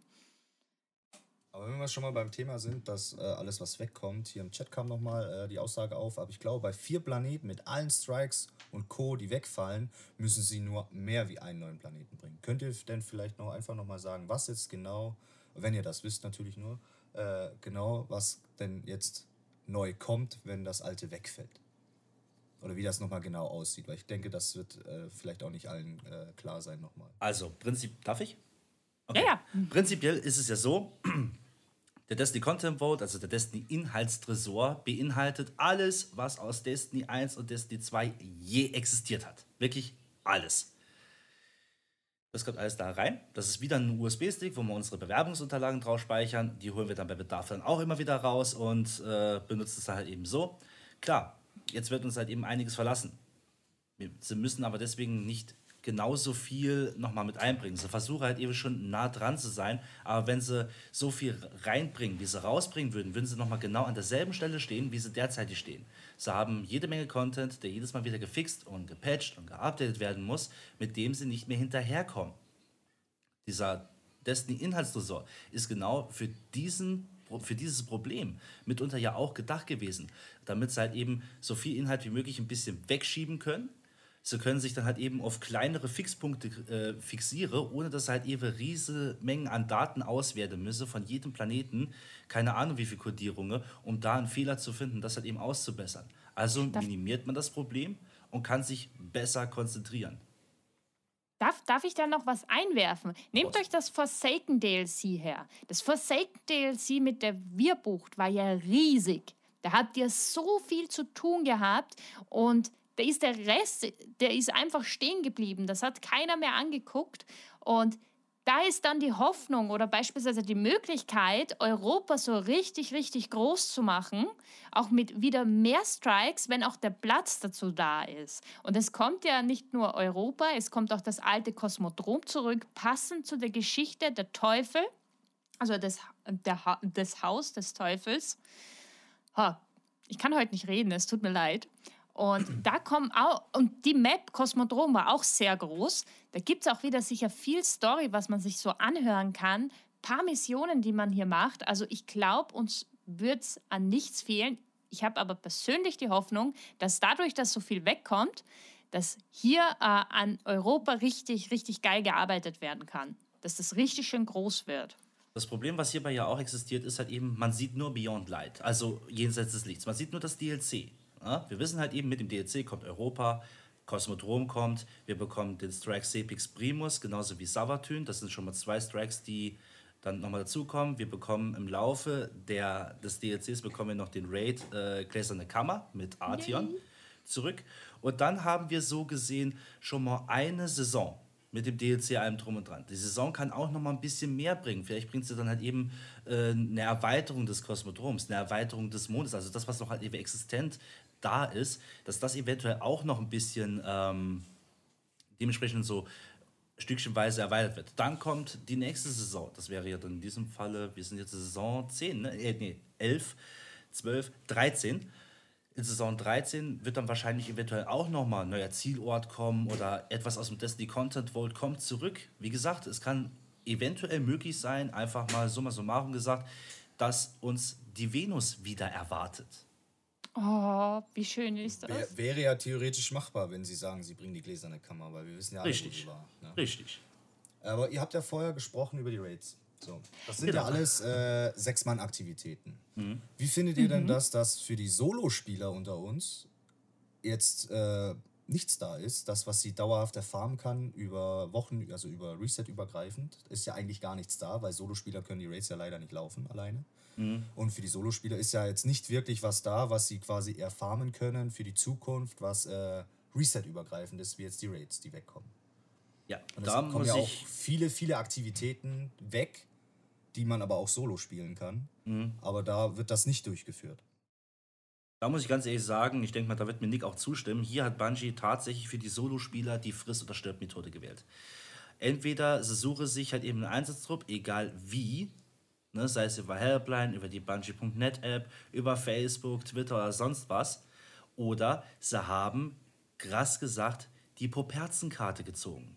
C: Aber wenn wir schon mal beim Thema sind, dass alles, was wegkommt, hier im Chat kam nochmal die Aussage auf, aber ich glaube, bei 4 Planeten mit allen Strikes und Co., die wegfallen, müssen sie nur mehr wie einen neuen Planeten bringen. Könnt ihr denn vielleicht noch einfach nochmal sagen, was jetzt genau, wenn ihr das wisst natürlich nur, genau, was denn jetzt neu kommt, wenn das alte wegfällt? Oder wie das nochmal genau aussieht, weil ich denke, das wird vielleicht auch nicht allen klar sein nochmal.
B: Also, darf ich? Okay.
A: Ja.
B: Prinzipiell ist es ja so, der Destiny Content Vote, also der Destiny Inhaltstresor, beinhaltet alles, was aus Destiny 1 und Destiny 2 je existiert hat. Wirklich alles. Das kommt alles da rein. Das ist wieder ein USB-Stick, wo wir unsere Bewerbungsunterlagen drauf speichern. Die holen wir dann bei Bedarf dann auch immer wieder raus und benutzen es halt eben so. Klar, jetzt wird uns halt eben einiges verlassen. Sie müssen aber deswegen nicht genauso viel nochmal mit einbringen. Sie versuchen halt eben schon nah dran zu sein, aber wenn sie so viel reinbringen, wie sie rausbringen würden, würden sie nochmal genau an derselben Stelle stehen, wie sie derzeitig stehen. Sie haben jede Menge Content, der jedes Mal wieder gefixt und gepatcht und geupdatet werden muss, mit dem sie nicht mehr hinterherkommen. Dieser Destiny-Inhaltstresor ist genau für dieses Problem mitunter ja auch gedacht gewesen, damit sie halt eben so viel Inhalt wie möglich ein bisschen wegschieben können. Sie können sich dann halt eben auf kleinere Fixpunkte fixieren, ohne dass sie halt eben riesige Mengen an Daten auswerten müssen von jedem Planeten, keine Ahnung wie viel Codierungen, um da einen Fehler zu finden, das halt eben auszubessern. Also minimiert man das Problem und kann sich besser konzentrieren.
A: Darf ich da noch was einwerfen? Nehmt euch das Forsaken DLC her. Das Forsaken DLC mit der Wirbucht war ja riesig. Da habt ihr so viel zu tun gehabt und da ist der Rest, der ist einfach stehen geblieben. Das hat keiner mehr angeguckt. Und da ist dann die Hoffnung oder beispielsweise die Möglichkeit, Europa so richtig, richtig groß zu machen, auch mit wieder mehr Strikes, wenn auch der Platz dazu da ist. Und es kommt ja nicht nur Europa, es kommt auch das alte Kosmodrom zurück, passend zu der Geschichte der Teufel, also des Haus des Teufels. Ich kann heute nicht reden, es tut mir leid. Und da kommen auch, und die Map Kosmodrom war auch sehr groß. Da gibt es auch wieder sicher viel Story, was man sich so anhören kann. Ein paar Missionen, die man hier macht. Also ich glaube, uns wird es an nichts fehlen. Ich habe aber persönlich die Hoffnung, dass dadurch, dass so viel wegkommt, dass hier an Europa richtig, richtig geil gearbeitet werden kann. Dass das richtig schön groß wird.
B: Das Problem, was hierbei ja auch existiert, ist halt eben, man sieht nur Beyond Light, also jenseits des Lichts. Man sieht nur das DLC. Ja? Wir wissen halt eben, mit dem DLC kommt Europa, Kosmodrom kommt, wir bekommen den Strike Sepix Primus, genauso wie Savathûn. Das sind schon mal 2 Strikes, die dann nochmal dazukommen. Wir bekommen im Laufe des DLCs bekommen wir noch den Raid Gläserne Kammer mit Artion zurück. Und dann haben wir so gesehen schon mal eine Saison mit dem DLC allem drum und dran. Die Saison kann auch noch mal ein bisschen mehr bringen. Vielleicht bringt sie dann halt eben eine Erweiterung des Kosmodroms, eine Erweiterung des Mondes, also das, was noch halt eben existent da ist, dass das eventuell auch noch ein bisschen dementsprechend so stückchenweise erweitert wird. Dann kommt die nächste Saison. Das wäre ja dann in diesem Falle, wir sind jetzt Saison 10, ne? 11, 12, 13. In Saison 13 wird dann wahrscheinlich eventuell auch nochmal ein neuer Zielort kommen oder etwas aus dem Destiny Content Vault kommt zurück. Wie gesagt, es kann eventuell möglich sein, einfach mal summa summarum gesagt, dass uns die Venus wieder erwartet.
A: Oh, wie schön ist das?
C: Wäre ja theoretisch machbar, wenn sie sagen, sie bringen die gläserne Kammer, weil wir wissen ja alle, wo
B: Richtig.
C: sie war. Ne?
B: Richtig.
C: Aber ihr habt ja vorher gesprochen über die Raids. So. Das sind ja
B: Genau.
C: alles 6-Mann-Aktivitäten. Wie findet ihr denn das, dass für die Solospieler unter uns jetzt nichts da ist? Das, was sie dauerhaft erfahren kann über Wochen, also über Reset übergreifend, ist ja eigentlich gar nichts da, weil Solospieler können die Raids ja leider nicht laufen alleine. Und für die Solospieler ist ja jetzt nicht wirklich was da, was sie quasi erfarmen können für die Zukunft, was Reset-übergreifend ist, wie jetzt die Raids, die wegkommen.
B: Ja,
C: Und
B: da
C: es kommen
B: muss
C: ja auch
B: ich.
C: viele Aktivitäten weg, die man aber auch solo spielen kann. Aber da wird das nicht durchgeführt.
B: Da muss ich ganz ehrlich sagen, ich denke mal, da wird mir Nick auch zustimmen. Hier hat Bungie tatsächlich für die Solospieler die Friss- oder Stirb-Methode gewählt. Entweder sie suche sich halt eben einen Einsatztrupp, egal wie, ne, sei es über Helpline, über die Bungie.net-App, über Facebook, Twitter oder sonst was, oder sie haben, krass gesagt, die Poperzenkarte gezogen.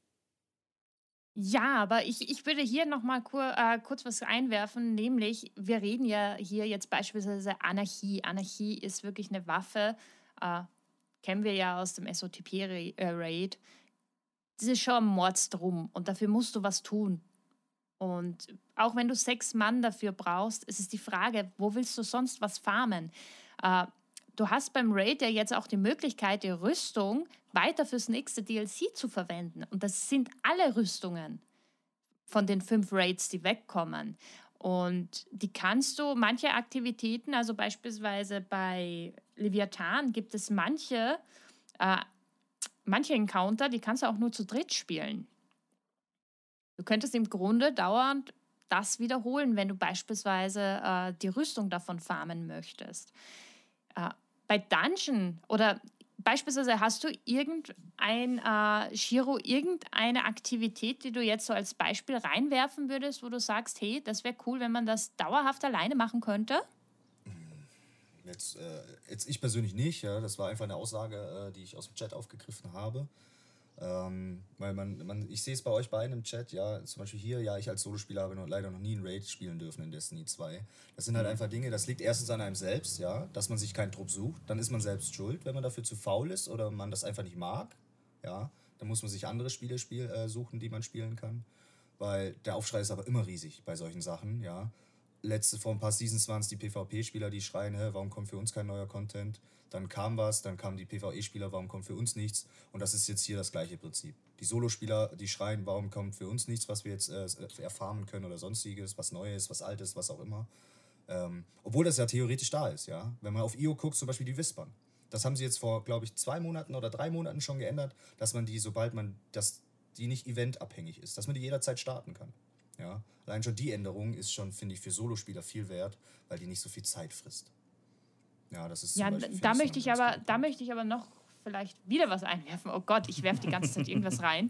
A: Ja, aber ich würde hier noch mal kurz was einwerfen, nämlich wir reden ja hier jetzt beispielsweise Anarchie. Anarchie ist wirklich eine Waffe, kennen wir ja aus dem SOTP-Raid. Das ist schon mordsdrum und dafür musst du was tun. Und auch wenn du 6 Mann dafür brauchst, ist es die Frage, wo willst du sonst was farmen? Du hast beim Raid ja jetzt auch die Möglichkeit, die Rüstung weiter fürs nächste DLC zu verwenden. Und das sind alle Rüstungen von den 5 Raids, die wegkommen. Und die kannst du, manche Aktivitäten, also beispielsweise bei Leviathan gibt es manche Encounter, die kannst du auch nur zu dritt spielen. Du könntest im Grunde dauernd das wiederholen, wenn du beispielsweise die Rüstung davon farmen möchtest. Bei Dungeon oder beispielsweise hast du Shiro, irgendeine Aktivität, die du jetzt so als Beispiel reinwerfen würdest, wo du sagst, hey, das wäre cool, wenn man das dauerhaft alleine machen könnte?
C: Jetzt ich persönlich nicht, ja. Das war einfach eine Aussage, die ich aus dem Chat aufgegriffen habe. Weil ich sehe es bei euch beiden im Chat, ja, zum Beispiel hier, ja, ich als Solospieler habe leider noch nie einen Raid spielen dürfen in Destiny 2. Das sind halt einfach Dinge, das liegt erstens an einem selbst, ja, dass man sich keinen Trupp sucht, dann ist man selbst schuld, wenn man dafür zu faul ist oder man das einfach nicht mag, ja, dann muss man sich andere Spiele suchen, die man spielen kann, weil der Aufschrei ist aber immer riesig bei solchen Sachen, ja. Vor ein paar Seasons waren es die PvP-Spieler, die schreien, warum kommt für uns kein neuer Content? Dann kam was, dann kamen die PvE-Spieler, warum kommt für uns nichts? Und das ist jetzt hier das gleiche Prinzip. Die Solo-Spieler, die schreien, warum kommt für uns nichts, was wir jetzt erfarmen können oder sonstiges, was Neues, was Altes, was auch immer. Obwohl das ja theoretisch da ist, ja. Wenn man auf IO guckt, zum Beispiel die Wispern. Das haben sie jetzt vor, glaube ich, 2 Monaten oder 3 Monaten schon geändert, dass man die, sobald man die nicht eventabhängig ist, dass man die jederzeit starten kann. Ja, allein schon die Änderung ist schon, finde ich, für Solospieler viel wert, weil die nicht so viel Zeit frisst. Ja, das ist
A: Ja,
C: zum Beispiel,
A: da
C: finde
A: möchte
C: ich,
A: ich
C: so ein ganz
A: aber,
C: guter
A: da
C: Punkt.
A: möchte ich aber noch vielleicht wieder was einwerfen. Oh Gott, ich werfe die ganze Zeit irgendwas rein.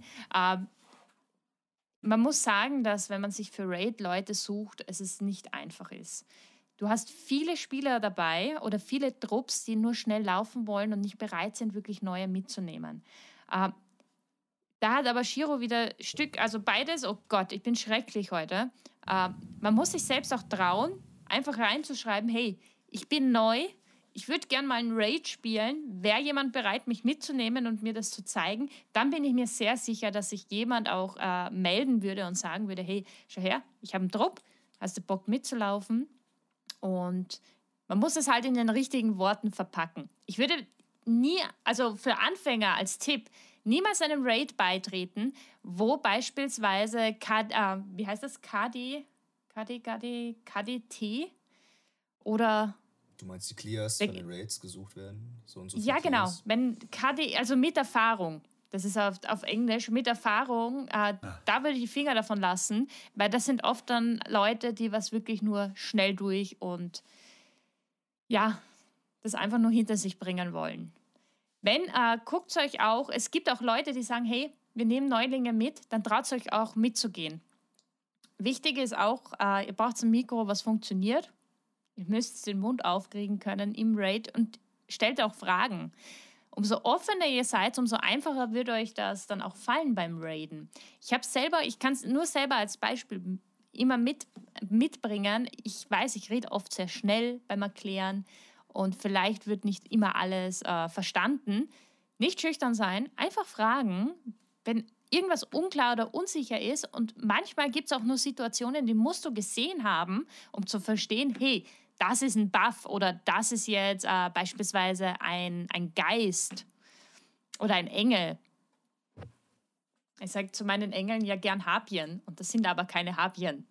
A: Man muss sagen, dass wenn man sich für Raid Leute sucht, es nicht einfach ist. Du hast viele Spieler dabei oder viele Trupps, die nur schnell laufen wollen und nicht bereit sind, wirklich neue mitzunehmen. Da hat aber Shiro wieder also beides, oh Gott, ich bin schrecklich heute. Man muss sich selbst auch trauen, einfach reinzuschreiben, hey, ich bin neu, ich würde gern mal einen Raid spielen, wäre jemand bereit, mich mitzunehmen und mir das zu zeigen, dann bin ich mir sehr sicher, dass sich jemand auch melden würde und sagen würde, hey, schau her, ich habe einen Trupp, hast du Bock mitzulaufen? Und man muss es halt in den richtigen Worten verpacken. Ich würde nie, also für Anfänger als Tipp, niemals einem Raid beitreten, wo beispielsweise, wie heißt das, KDT oder...
C: Du meinst die Clears von den Raids gesucht werden? So und so
A: Ja,
C: viele
A: genau.
C: Clears?
A: Wenn also mit Erfahrung, das ist auf Englisch, mit Erfahrung, da würde ich die Finger davon lassen, weil das sind oft dann Leute, die was wirklich nur schnell durch und ja, das einfach nur hinter sich bringen wollen. Guckt euch auch, es gibt auch Leute, die sagen, hey, wir nehmen Neulinge mit, dann traut euch auch mitzugehen. Wichtig ist auch, ihr braucht ein Mikro, was funktioniert. Ihr müsst den Mund aufkriegen können im Raid und stellt auch Fragen. Umso offener ihr seid, umso einfacher wird euch das dann auch fallen beim Raiden. Ich kann es nur selber als Beispiel immer mitbringen. Ich weiß, ich rede oft sehr schnell beim Erklären und vielleicht wird nicht immer alles verstanden. Nicht schüchtern sein, einfach fragen, wenn irgendwas unklar oder unsicher ist. Und manchmal gibt es auch nur Situationen, die musst du gesehen haben, um zu verstehen, hey, das ist ein Buff oder das ist jetzt beispielsweise ein Geist oder ein Engel. Ich sage zu meinen Engeln ja gern Harpien und das sind aber keine Harpien.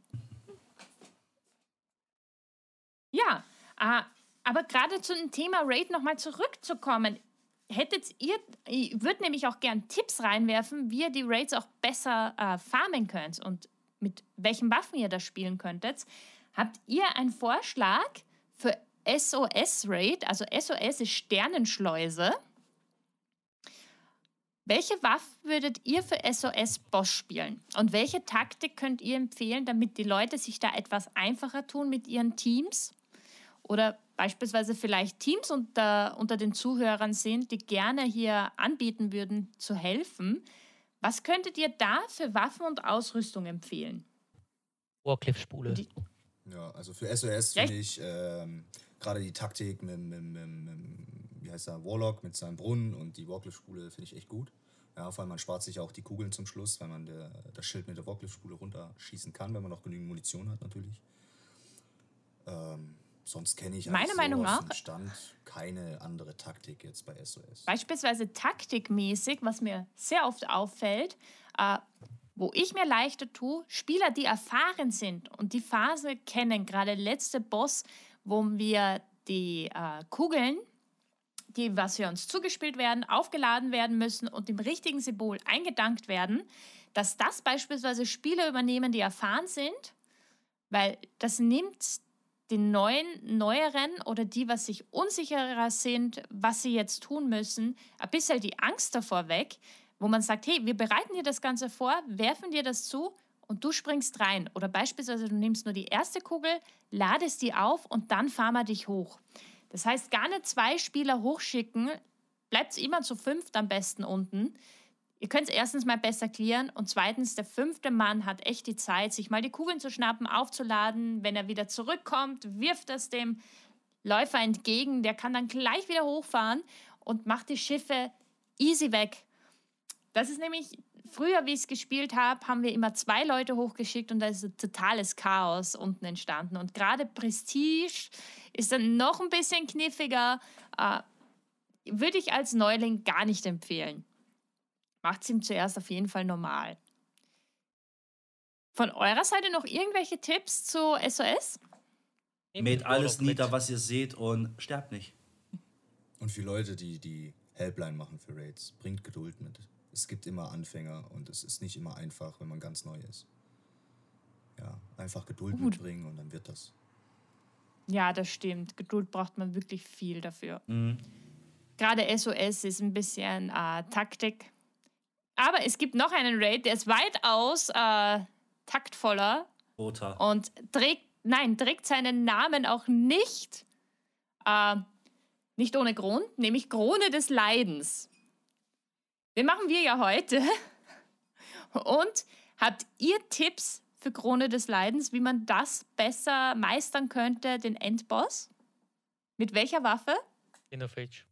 A: Ja, aber gerade zu dem Thema Raid nochmal zurückzukommen, ich würde nämlich auch gern Tipps reinwerfen, wie ihr die Raids auch besser farmen könnt und mit welchen Waffen ihr das spielen könntet. Habt ihr einen Vorschlag für SOS-Raid? Also SOS ist Sternenschleuse. Welche Waffe würdet ihr für SOS-Boss spielen? Und welche Taktik könnt ihr empfehlen, damit die Leute sich da etwas einfacher tun mit ihren Teams? Oder beispielsweise vielleicht Teams unter den Zuhörern sind, die gerne hier anbieten würden, zu helfen. Was könntet ihr da für Waffen und Ausrüstung empfehlen?
D: Warcliffe-Spule.
C: Ja, also für SOS finde ich gerade die Taktik mit wie heißt der, Warlock mit seinem Brunnen und die Warcliffe-Spule finde ich echt gut. Ja, vor allem man spart sich auch die Kugeln zum Schluss, weil man das Schild mit der Warcliffe-Spule runterschießen kann, wenn man noch genügend Munition hat natürlich. Sonst kenne ich
A: Meine Meinung
C: aus
A: auch.
C: dem Stand keine andere Taktik jetzt bei SOS.
A: Beispielsweise taktikmäßig, was mir sehr oft auffällt, wo ich mir leichter tue, Spieler, die erfahren sind und die Phase kennen, gerade letzte Boss, wo wir die Kugeln, was für uns zugespielt werden, aufgeladen werden müssen und im richtigen Symbol eingedankt werden, dass das beispielsweise Spieler übernehmen, die erfahren sind, weil das nimmt den Neueren oder die, was sich unsicherer sind, was sie jetzt tun müssen, ein bisschen die Angst davor weg, wo man sagt, hey, wir bereiten dir das Ganze vor, werfen dir das zu und du springst rein. Oder beispielsweise du nimmst nur die erste Kugel, ladest die auf und dann fahren wir dich hoch. Das heißt, gar nicht 2 Spieler hochschicken, bleibt es immer zu 5 am besten unten. Ihr könnt es erstens mal besser clearen und zweitens, der 5. Mann hat echt die Zeit, sich mal die Kugeln zu schnappen, aufzuladen. Wenn er wieder zurückkommt, wirft das dem Läufer entgegen. Der kann dann gleich wieder hochfahren und macht die Schiffe easy weg. Das ist nämlich, früher, wie ich es gespielt habe, haben wir immer 2 Leute hochgeschickt und da ist ein totales Chaos unten entstanden. Und gerade Prestige ist dann noch ein bisschen kniffiger. Würde ich als Neuling gar nicht empfehlen. Macht es ihm zuerst auf jeden Fall normal. Von eurer Seite noch irgendwelche Tipps zu SOS?
B: Mäht alles nieder, was ihr seht und sterbt nicht.
C: Und für Leute, die Helpline machen für Raids, bringt Geduld mit. Es gibt immer Anfänger und es ist nicht immer einfach, wenn man ganz neu ist. Ja, einfach Geduld mitbringen und dann wird das.
A: Ja, das stimmt. Geduld braucht man wirklich viel dafür.
B: Mhm.
A: Gerade SOS ist ein bisschen Taktik. Aber es gibt noch einen Raid, der ist weitaus taktvoller
B: Roter.
A: und trägt seinen Namen auch nicht ohne Grund, nämlich Krone des Leidens. Den machen wir ja heute. Und habt ihr Tipps für Krone des Leidens, wie man das besser meistern könnte, den Endboss? Mit welcher Waffe?
D: Xenophage.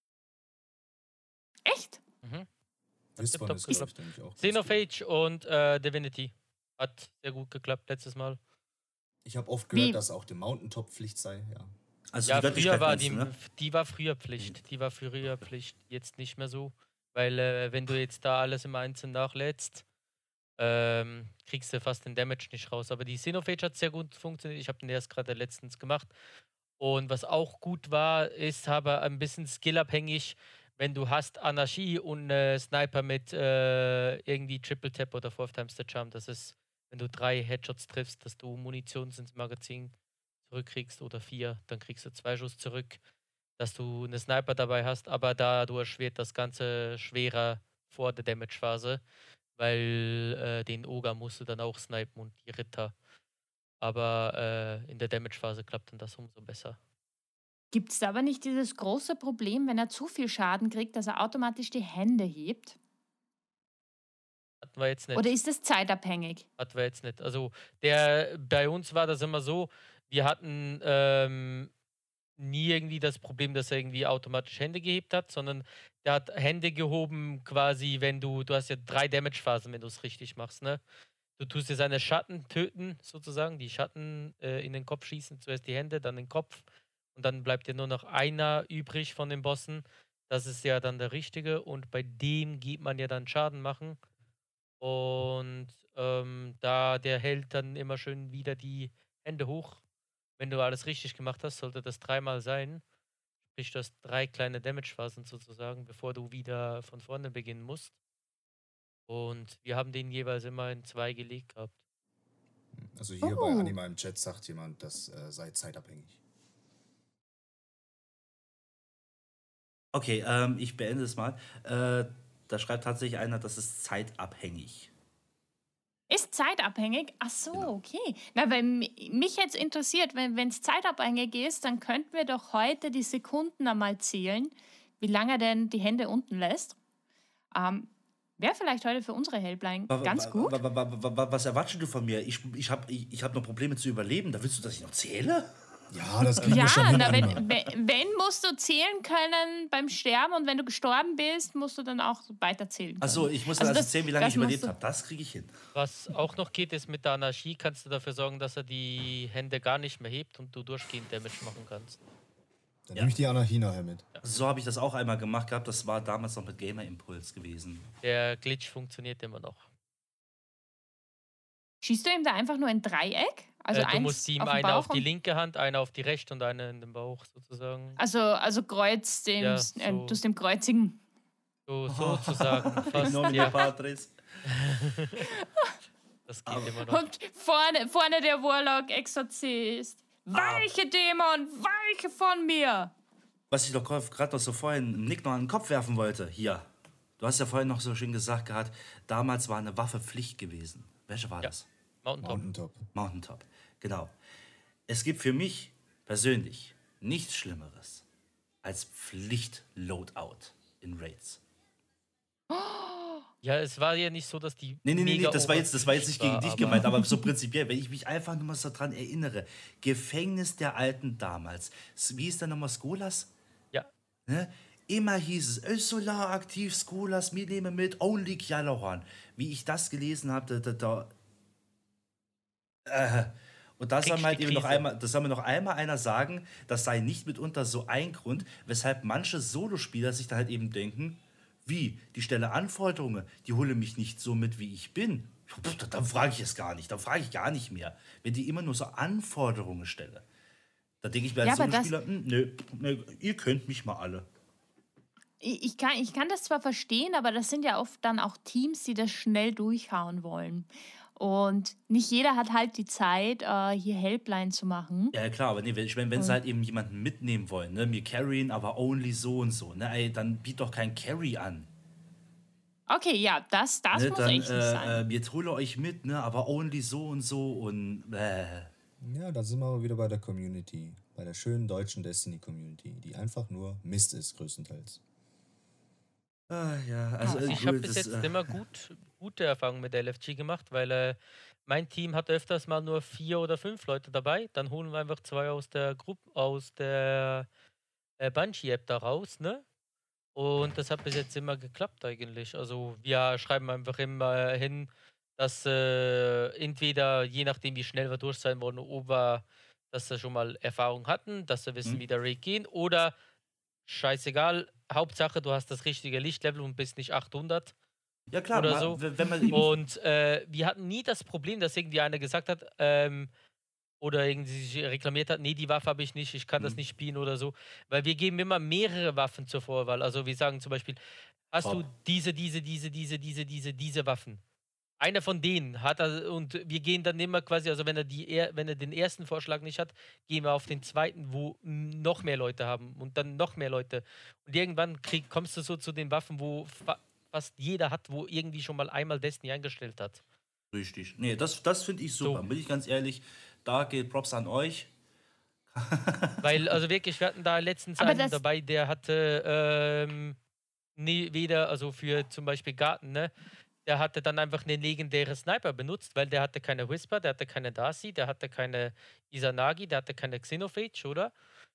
A: Echt?
D: Mhm.
C: Respawn ist, glaube ich, denke ich, auch.
D: Xenophage und Divinity. Hat sehr gut geklappt letztes Mal.
C: Ich habe oft gehört, dass auch die Mountaintop Pflicht sei, ja.
B: Also
D: Ja,
B: die Göttlichkeit
D: früher war
B: meinst du, ne?
D: die war früher Pflicht. Die war früher Pflicht, jetzt nicht mehr so. Weil wenn du jetzt da alles im Einzelnen nachlädst, kriegst du fast den Damage nicht raus. Aber die Xenophage hat sehr gut funktioniert. Ich habe den erst gerade letztens gemacht. Und was auch gut war, ist aber ein bisschen skillabhängig, wenn du hast Anarchie und Sniper mit irgendwie Triple Tap oder 4 times the Charm. Das ist, wenn du 3 Headshots triffst, dass du Munition ins Magazin zurückkriegst oder 4, dann kriegst du 2 Schuss zurück, dass du eine Sniper dabei hast, aber dadurch wird das Ganze schwerer vor der Damage-Phase, weil den Ogre musst du dann auch snipen und die Ritter. Aber in der Damage-Phase klappt dann das umso besser.
A: Gibt es aber nicht dieses große Problem, wenn er zu viel Schaden kriegt, dass er automatisch die Hände hebt?
D: Hatten wir jetzt nicht.
A: Oder ist es zeitabhängig?
D: Hatten wir jetzt nicht. Also bei uns war das immer so, wir hatten nie irgendwie das Problem, dass er irgendwie automatisch Hände gehebt hat, sondern der hat Hände gehoben quasi, wenn du hast ja 3 Damage-Phasen, wenn du es richtig machst, ne? Du tust dir seine Schatten töten, sozusagen, die Schatten in den Kopf schießen, zuerst die Hände, dann den Kopf und dann bleibt dir nur noch einer übrig von den Bossen. Das ist ja dann der Richtige und bei dem geht man ja dann Schaden machen und da der hält dann immer schön wieder die Hände hoch. Wenn du alles richtig gemacht hast, sollte das 3-mal sein. Sprich, du hast 3 kleine Damage-Phasen sozusagen, bevor du wieder von vorne beginnen musst. Und wir haben den jeweils immer in 2 gelegt gehabt.
C: Also hier bei Anima im Chat sagt jemand, das sei zeitabhängig.
B: Okay, ich beende es mal. Da schreibt tatsächlich einer, das ist zeitabhängig.
A: Ist zeitabhängig? Ach so,
B: Genau.
A: okay. Na, weil mich jetzt interessiert, wenn es zeitabhängig ist, dann könnten wir doch heute die Sekunden einmal zählen, wie lange er denn die Hände unten lässt. Wäre vielleicht heute für unsere Helpline ganz gut.
B: Was erwartest du von mir? Ich hab noch Probleme zu überleben. Da willst du, dass ich noch zähle?
C: Ja, das kriegen wir schon
A: Ja,
C: hin,
A: na,
C: Anima.
A: wenn musst du zählen können beim Sterben und wenn du gestorben bist, musst du dann auch weiterzählen können.
B: Achso, ich muss
A: Also
B: also
A: das-
B: zählen, wie lange
A: das
B: ich überlebt
A: musst du-
B: habe. Das kriege ich hin.
D: Was auch noch geht, ist mit der Anarchie, kannst du dafür sorgen, dass er die Hände gar nicht mehr hebt und du durchgehend Damage machen kannst.
C: Dann nehme ich die Anarchie nachher mit.
B: So habe ich das auch einmal gemacht gehabt. Das war damals noch mit Gamer Impuls gewesen.
D: Der Glitch funktioniert immer noch.
A: Schießt du ihm da einfach nur ein Dreieck? Also
D: du
A: eins
D: musst ihm
A: auf den
D: eine
A: Bauch
D: auf die
A: und-
D: linke Hand, eine auf die rechte und eine in den Bauch sozusagen.
A: Also Kreuz dem,
D: Ja, so.
A: tust dem Kreuzigen.
D: So, sozusagen fast.
B: Nomine
D: Ja,
B: Patris.
D: das geht immer noch.
A: Und vorne der Warlock-Exorzist. Weiche Dämon, weiche von mir!
B: Was ich doch gerade noch so vorhin Nick noch an den Kopf werfen wollte. Hier. Du hast ja vorhin noch so schön gesagt gehabt, damals war eine Waffe Pflicht gewesen. Welche war
D: Ja.
B: das?
D: Mountaintop.
C: Mountaintop.
B: Mountaintop. Genau. Es gibt für mich persönlich nichts Schlimmeres als Pflicht-Loadout in Raids.
D: Ja, es war ja nicht so, dass die.
B: Nee,
D: mega
B: das war jetzt nicht gegen
D: war,
B: dich
D: aber-
B: gemeint, aber so prinzipiell, wenn ich mich einfach nur mal so dran erinnere. Gefängnis der Alten damals. Wie hieß der nochmal, Skolas?
D: Ja,
B: Ne? Immer hieß es, Solar aktiv, Skolas, wir nehmen mit, only Kjalloran. Wie ich das gelesen habe, und da soll, halt eben noch
D: Krise.
B: einmal, das soll mir noch einmal einer sagen, das sei nicht mitunter so ein Grund, weshalb manche Solospieler sich da halt eben denken, wie, die stelle Anforderungen, die hole mich nicht so mit, wie ich bin. Dann frage ich es gar nicht, dann frage ich gar nicht mehr. Wenn die immer nur so Anforderungen stelle, da denke ich mir als
A: Ja, aber das-
B: Solospieler, nö, ihr könnt mich mal alle.
A: Ich kann das zwar verstehen, aber das sind ja oft dann auch Teams, die das schnell durchhauen wollen. Und nicht jeder hat halt die Zeit, hier Helpline zu machen.
B: Ja, klar, aber nee, wenn sie halt eben jemanden mitnehmen wollen, ne, mir carryen, aber only so und so, ne, ey, dann biet doch kein Carry an.
A: Okay, ja, das
B: Ne,
A: muss
B: dann,
A: echt nicht sein.
B: jetzt hole euch mit, ne, aber only so und so und
C: Ja, da sind wir aber wieder bei der Community. Bei der schönen deutschen Destiny-Community, die einfach nur Mist ist, größtenteils.
B: ja, also
D: ich habe bis jetzt immer gute Erfahrungen mit der LFG gemacht, weil mein Team hat öfters mal nur 4 oder 5 Leute dabei. Dann holen wir einfach 2 aus der Gruppe, aus der Bungie-App da raus, ne? Und das hat bis jetzt immer geklappt eigentlich. Also wir schreiben einfach immer hin, dass entweder, je nachdem wie schnell wir durch sein wollen, ob wir, dass wir schon mal Erfahrung hatten, dass wir wissen, wie der Raid gehen, oder scheißegal, Hauptsache du hast das richtige Lichtlevel und bist nicht 800.
B: ja klar,
D: oder
B: ma-
D: so.
B: wenn man eben,
D: Und wir hatten nie das Problem, dass irgendwie einer gesagt hat, oder irgendwie sich reklamiert hat, nee, die Waffe habe ich nicht, ich kann das nicht spielen oder so. Weil wir geben immer mehrere Waffen zur Vorwahl. Also wir sagen zum Beispiel, hast du
B: Top.
D: diese Waffen? Einer von denen hat er, und wir gehen dann immer quasi, also wenn er den ersten Vorschlag nicht hat, gehen wir auf den zweiten, wo noch mehr Leute haben und dann noch mehr Leute. Und irgendwann kommst du so zu den Waffen, wo fast jeder hat, wo irgendwie schon mal einmal Destiny eingestellt hat.
B: richtig. Nee, das finde ich super,
D: So.
B: bin ich ganz ehrlich, da geht Props an euch.
D: Weil, also wirklich, wir hatten da letztens
A: Aber
D: einen
A: das-
D: dabei, der hatte weder, also für zum Beispiel Garten, ne? Der hatte dann einfach eine legendäre Sniper benutzt, weil der hatte keine Whisper, der hatte keine Darcy, der hatte keine Izanagi, der hatte keine Xenophage, oder?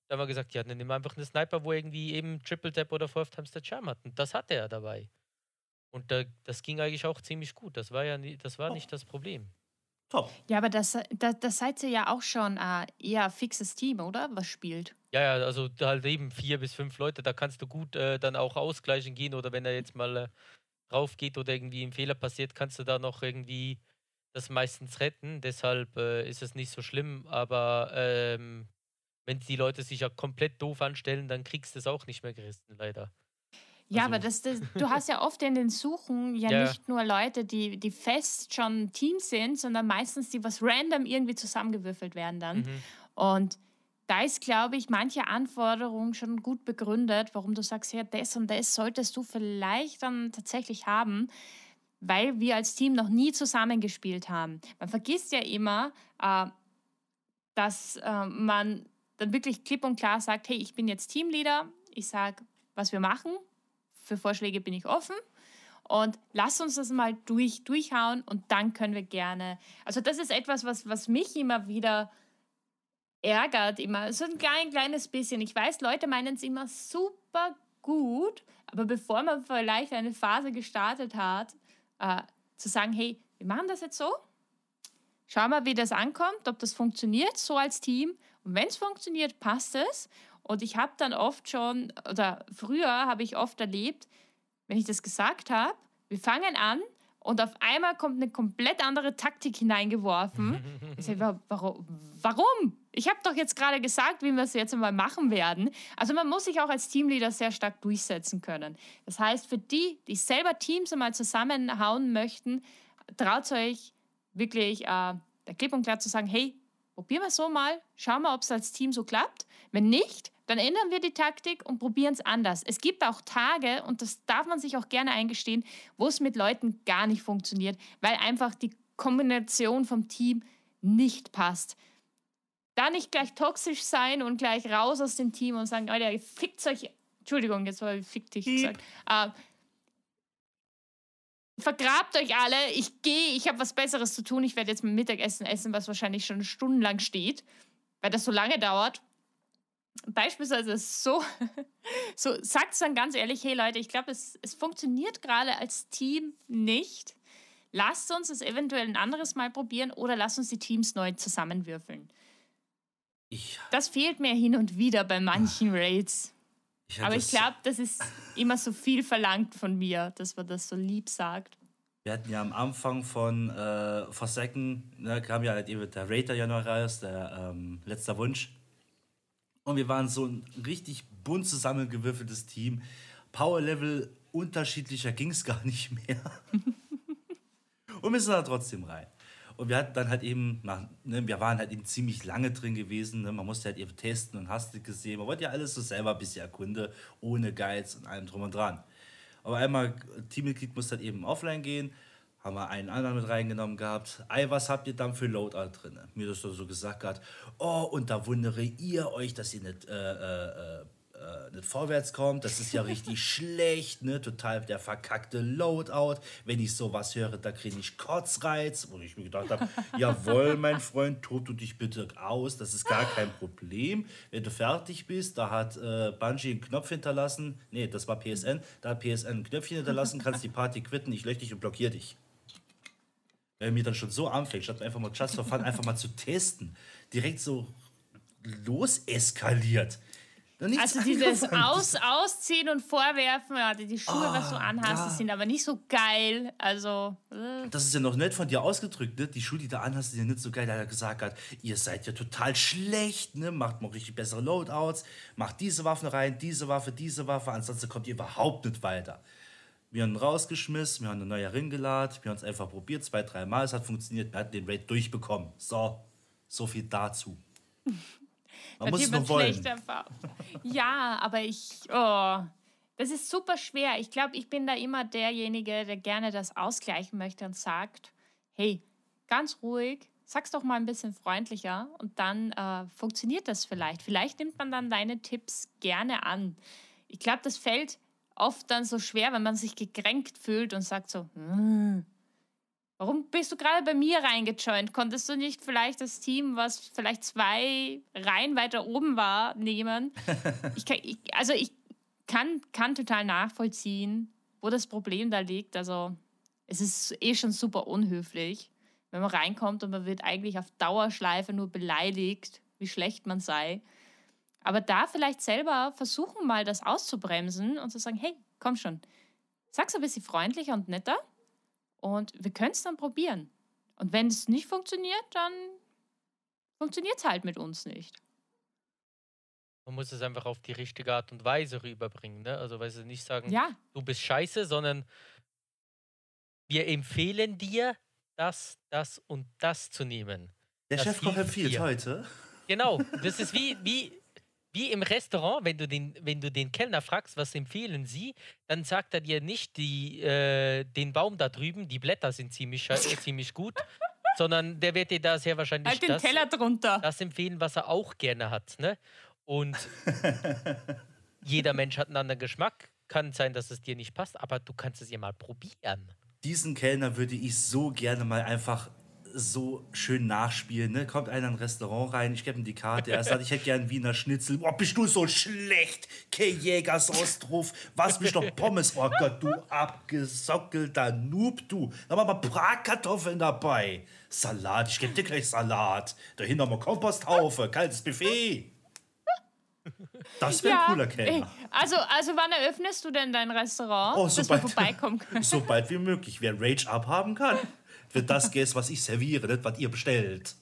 D: Da haben wir gesagt, ja, dann nimm einfach einen Sniper, wo irgendwie eben Triple Tap oder 5 Times the Charm hat. Und das hatte er dabei. Und das ging eigentlich auch ziemlich gut. Das war nicht das Problem.
B: Top.
A: Ja, aber das seid ihr ja auch schon eher fixes Team, oder? Was spielt?
D: Ja, also halt eben 4 bis 5 Leute, da kannst du gut dann auch ausgleichen gehen oder wenn er jetzt mal drauf geht oder irgendwie ein Fehler passiert, kannst du da noch irgendwie das meistens retten. Deshalb ist es nicht so schlimm, aber wenn die Leute sich ja komplett doof anstellen, dann kriegst du es auch nicht mehr gerissen, leider.
A: Ja,
D: Also,
A: aber du hast ja oft in den Suchen ja
D: ja,
A: nicht nur Leute, die fest schon Team sind, sondern meistens die, was random irgendwie zusammengewürfelt werden dann.
D: mhm.
A: Und da ist, glaube ich, manche Anforderung schon gut begründet, warum du sagst, ja, das und das solltest du vielleicht dann tatsächlich haben, weil wir als Team noch nie zusammengespielt haben. Man vergisst ja immer, dass man dann wirklich klipp und klar sagt, hey, ich bin jetzt Teamleader, ich sage, was wir machen, für Vorschläge bin ich offen und lass uns das mal durchhauen und dann können wir gerne, also das ist etwas, was mich immer wieder ärgert, immer so ein kleines bisschen. Ich weiß, Leute meinen es immer super gut, aber bevor man vielleicht eine Phase gestartet hat, zu sagen, hey, wir machen das jetzt so, schauen wir, wie das ankommt, ob das funktioniert, so als Team. Und wenn es funktioniert, passt es. Und ich habe dann oft schon, oder früher habe ich oft erlebt, wenn ich das gesagt habe, wir fangen an und auf einmal kommt eine komplett andere Taktik hineingeworfen. Ich sage, warum? Ich habe doch jetzt gerade gesagt, wie wir es jetzt einmal machen werden. Also man muss sich auch als Teamleader sehr stark durchsetzen können. Das heißt, für die selber Teams einmal zusammenhauen möchten, traut euch wirklich da klipp und klar zu sagen, hey, probieren wir es so mal, schauen wir, ob es als Team so klappt. Wenn nicht, dann ändern wir die Taktik und probieren es anders. Es gibt auch Tage, und das darf man sich auch gerne eingestehen, wo es mit Leuten gar nicht funktioniert, weil einfach die Kombination vom Team nicht passt. Da nicht gleich toxisch sein und gleich raus aus dem Team und sagen, Alter, ihr fickt euch, Entschuldigung, jetzt habe ich fick dich gesagt, vergrabt euch alle, ich gehe, ich habe was Besseres zu tun, ich werde jetzt mein Mittagessen essen, was wahrscheinlich schon stundenlang steht, weil das so lange dauert. Beispielsweise so sagt es dann ganz ehrlich, hey Leute, ich glaube, es funktioniert gerade als Team nicht. Lasst uns es eventuell ein anderes Mal probieren oder lasst uns die Teams neu zusammenwürfeln. Das fehlt mir hin und wieder bei manchen Raids. Aber ich glaube, das ist immer so viel verlangt von mir, dass man das so lieb sagt.
B: Wir hatten ja am Anfang von Forsaken, ne, kam ja halt eben der Raider ja noch raus, der letzter Wunsch. Und wir waren so ein richtig bunt zusammengewürfeltes Team. Power-Level unterschiedlicher ging es gar nicht mehr. Und wir sind da trotzdem rein. Und wir hatten dann halt eben, wir waren halt eben ziemlich lange drin gewesen. Ne? Man musste halt eben testen und hast du gesehen. Man wollte ja alles so selber ein bisschen erkunden, ohne Guides und allem drum und dran. Aber einmal, Teammitglied musste halt eben offline gehen. Haben wir einen anderen mit reingenommen gehabt. Was habt ihr dann für Loadout drin? Mir das so gesagt hat. Oh, und da wundere ihr euch, dass ihr nicht vorwärts kommt. Das ist ja richtig schlecht, ne? Total der verkackte Loadout. Wenn ich sowas höre, da kriege ich Kotzreiz. Wo ich mir gedacht habe, jawohl, mein Freund, tob du dich bitte aus. Das ist gar kein Problem. Wenn du fertig bist, da hat Bungie einen Knopf hinterlassen. Nee, das war PSN. Da hat PSN ein Knöpfchen hinterlassen, kannst die Party quitten, ich lösche dich und blockiere dich. Wenn er mir dann schon so anfängt, statt einfach mal Just for Fun einfach mal zu testen, direkt so loseskaliert.
A: Also dieses Ausziehen und Vorwerfen, die Schuhe, was du anhast, die sind aber nicht so geil. Also.
B: Das ist ja noch nett von dir ausgedrückt, ne? Die Schuhe, die du anhast, sind ja nicht so geil, da er gesagt hat, ihr seid ja total schlecht, ne? Macht mal richtig bessere Loadouts, macht diese Waffen rein, diese Waffe, ansonsten kommt ihr überhaupt nicht weiter. Wir haben ihn rausgeschmissen, wir haben eine neue Ring geladen, wir haben es einfach probiert, 2-3 Mal, es hat funktioniert, wir hatten den Raid durchbekommen. So viel dazu. Man muss es nur wollen.
A: Ja, aber das ist super schwer. Ich glaube, ich bin da immer derjenige, der gerne das ausgleichen möchte und sagt, hey, ganz ruhig, sag's doch mal ein bisschen freundlicher und dann funktioniert das vielleicht. Vielleicht nimmt man dann deine Tipps gerne an. Ich glaube, das fällt oft dann so schwer, wenn man sich gekränkt fühlt und sagt so, Warum bist du gerade bei mir reingejoint? Konntest du nicht vielleicht das Team, was vielleicht 2 Reihen weiter oben war, nehmen? Ich kann total nachvollziehen, wo das Problem da liegt. Also es ist schon super unhöflich, wenn man reinkommt und man wird eigentlich auf Dauerschleife nur beleidigt, wie schlecht man sei. Aber da vielleicht selber versuchen, mal das auszubremsen und zu sagen, hey, komm schon, sag's ein bisschen freundlicher und netter und wir können es dann probieren. Und wenn es nicht funktioniert, dann funktioniert es halt mit uns nicht.
D: Man muss es einfach auf die richtige Art und Weise rüberbringen. Ne? Also, weil sie nicht sagen,
A: Ja,
D: du bist scheiße, sondern wir empfehlen dir, das und das zu nehmen.
B: Der
D: Das
B: Chefkoch
D: hilft
B: empfiehlt
D: dir.
B: heute.
D: Genau, das ist wie im Restaurant, wenn du den Kellner fragst, was empfehlen Sie, dann sagt er dir nicht den Baum da drüben, die Blätter sind ziemlich gut, sondern der wird dir da sehr wahrscheinlich
A: halt den Teller drunter.
D: das empfehlen, was er auch gerne hat. Ne? Und jeder Mensch hat einen anderen Geschmack. Kann sein, dass es dir nicht passt, aber du kannst es ja mal probieren.
B: Diesen Kellner würde ich so gerne mal einfach so schön nachspielen. Ne? Kommt einer in ein Restaurant rein, ich gebe ihm die Karte, er sagt, ich hätte gern Wiener Schnitzel. Boah, bist du so schlecht? Kein Jägersausruf, was mich doch Pommes? Oh Gott, du abgesockelter Noob, du. Da haben wir mal Bratkartoffeln dabei. Salat, ich gebe dir gleich Salat. Dahinter mal Komposthaufe, kaltes Buffet. Das wäre ein cooler Kellner.
A: Also wann eröffnest du denn dein Restaurant,
B: Oh,
A: bis wir vorbeikommen können?
B: so bald wie möglich. Wer Rage abhaben kann, wird das Geld, was ich serviere, nicht was ihr bestellt.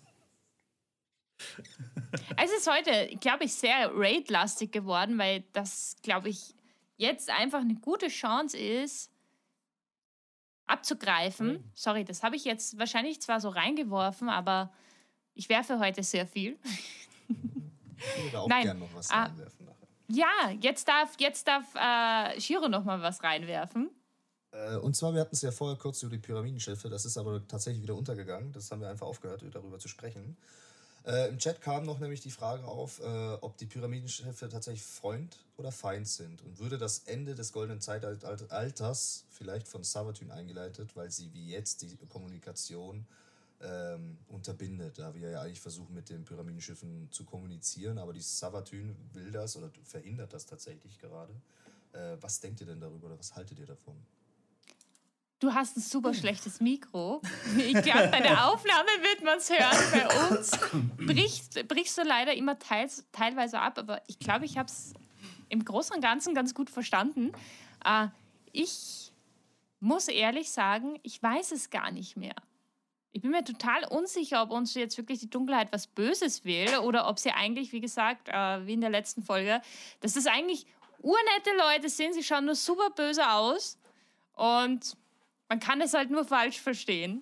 A: Es ist heute, glaube ich, sehr Raid-lastig geworden, weil das, glaube ich, jetzt einfach eine gute Chance ist, abzugreifen. Sorry, das habe ich jetzt wahrscheinlich zwar so reingeworfen, aber ich werfe heute sehr viel.
C: Ich würde auch
A: Nein.
C: gerne noch was reinwerfen nachher.
A: Ja, jetzt darf Shiro noch mal was reinwerfen.
C: Und zwar, wir hatten es ja vorher kurz über die Pyramidenschiffe, das ist aber tatsächlich wieder untergegangen. Das haben wir einfach aufgehört, darüber zu sprechen. Im Chat kam noch nämlich die Frage auf, ob die Pyramidenschiffe tatsächlich Freund oder Feind sind. Und würde das Ende des goldenen Zeitalters vielleicht von Savathûn eingeleitet, weil sie wie jetzt die Kommunikation unterbindet, da wir ja eigentlich versuchen, mit den Pyramidenschiffen zu kommunizieren, aber die Savathûn will das oder verhindert das tatsächlich gerade. Was denkt ihr denn darüber oder was haltet ihr davon?
A: Du hast ein super schlechtes Mikro. Ich glaube, bei der Aufnahme wird man es hören. Bei uns brichst du leider immer teilweise ab, aber ich glaube, ich habe es im Großen und Ganzen ganz gut verstanden. Ich muss ehrlich sagen, ich weiß es gar nicht mehr. Ich bin mir total unsicher, ob uns jetzt wirklich die Dunkelheit was Böses will oder ob sie eigentlich, wie gesagt, wie in der letzten Folge, dass das eigentlich urnette Leute sind, sie schauen nur super böse aus und man kann es halt nur falsch verstehen.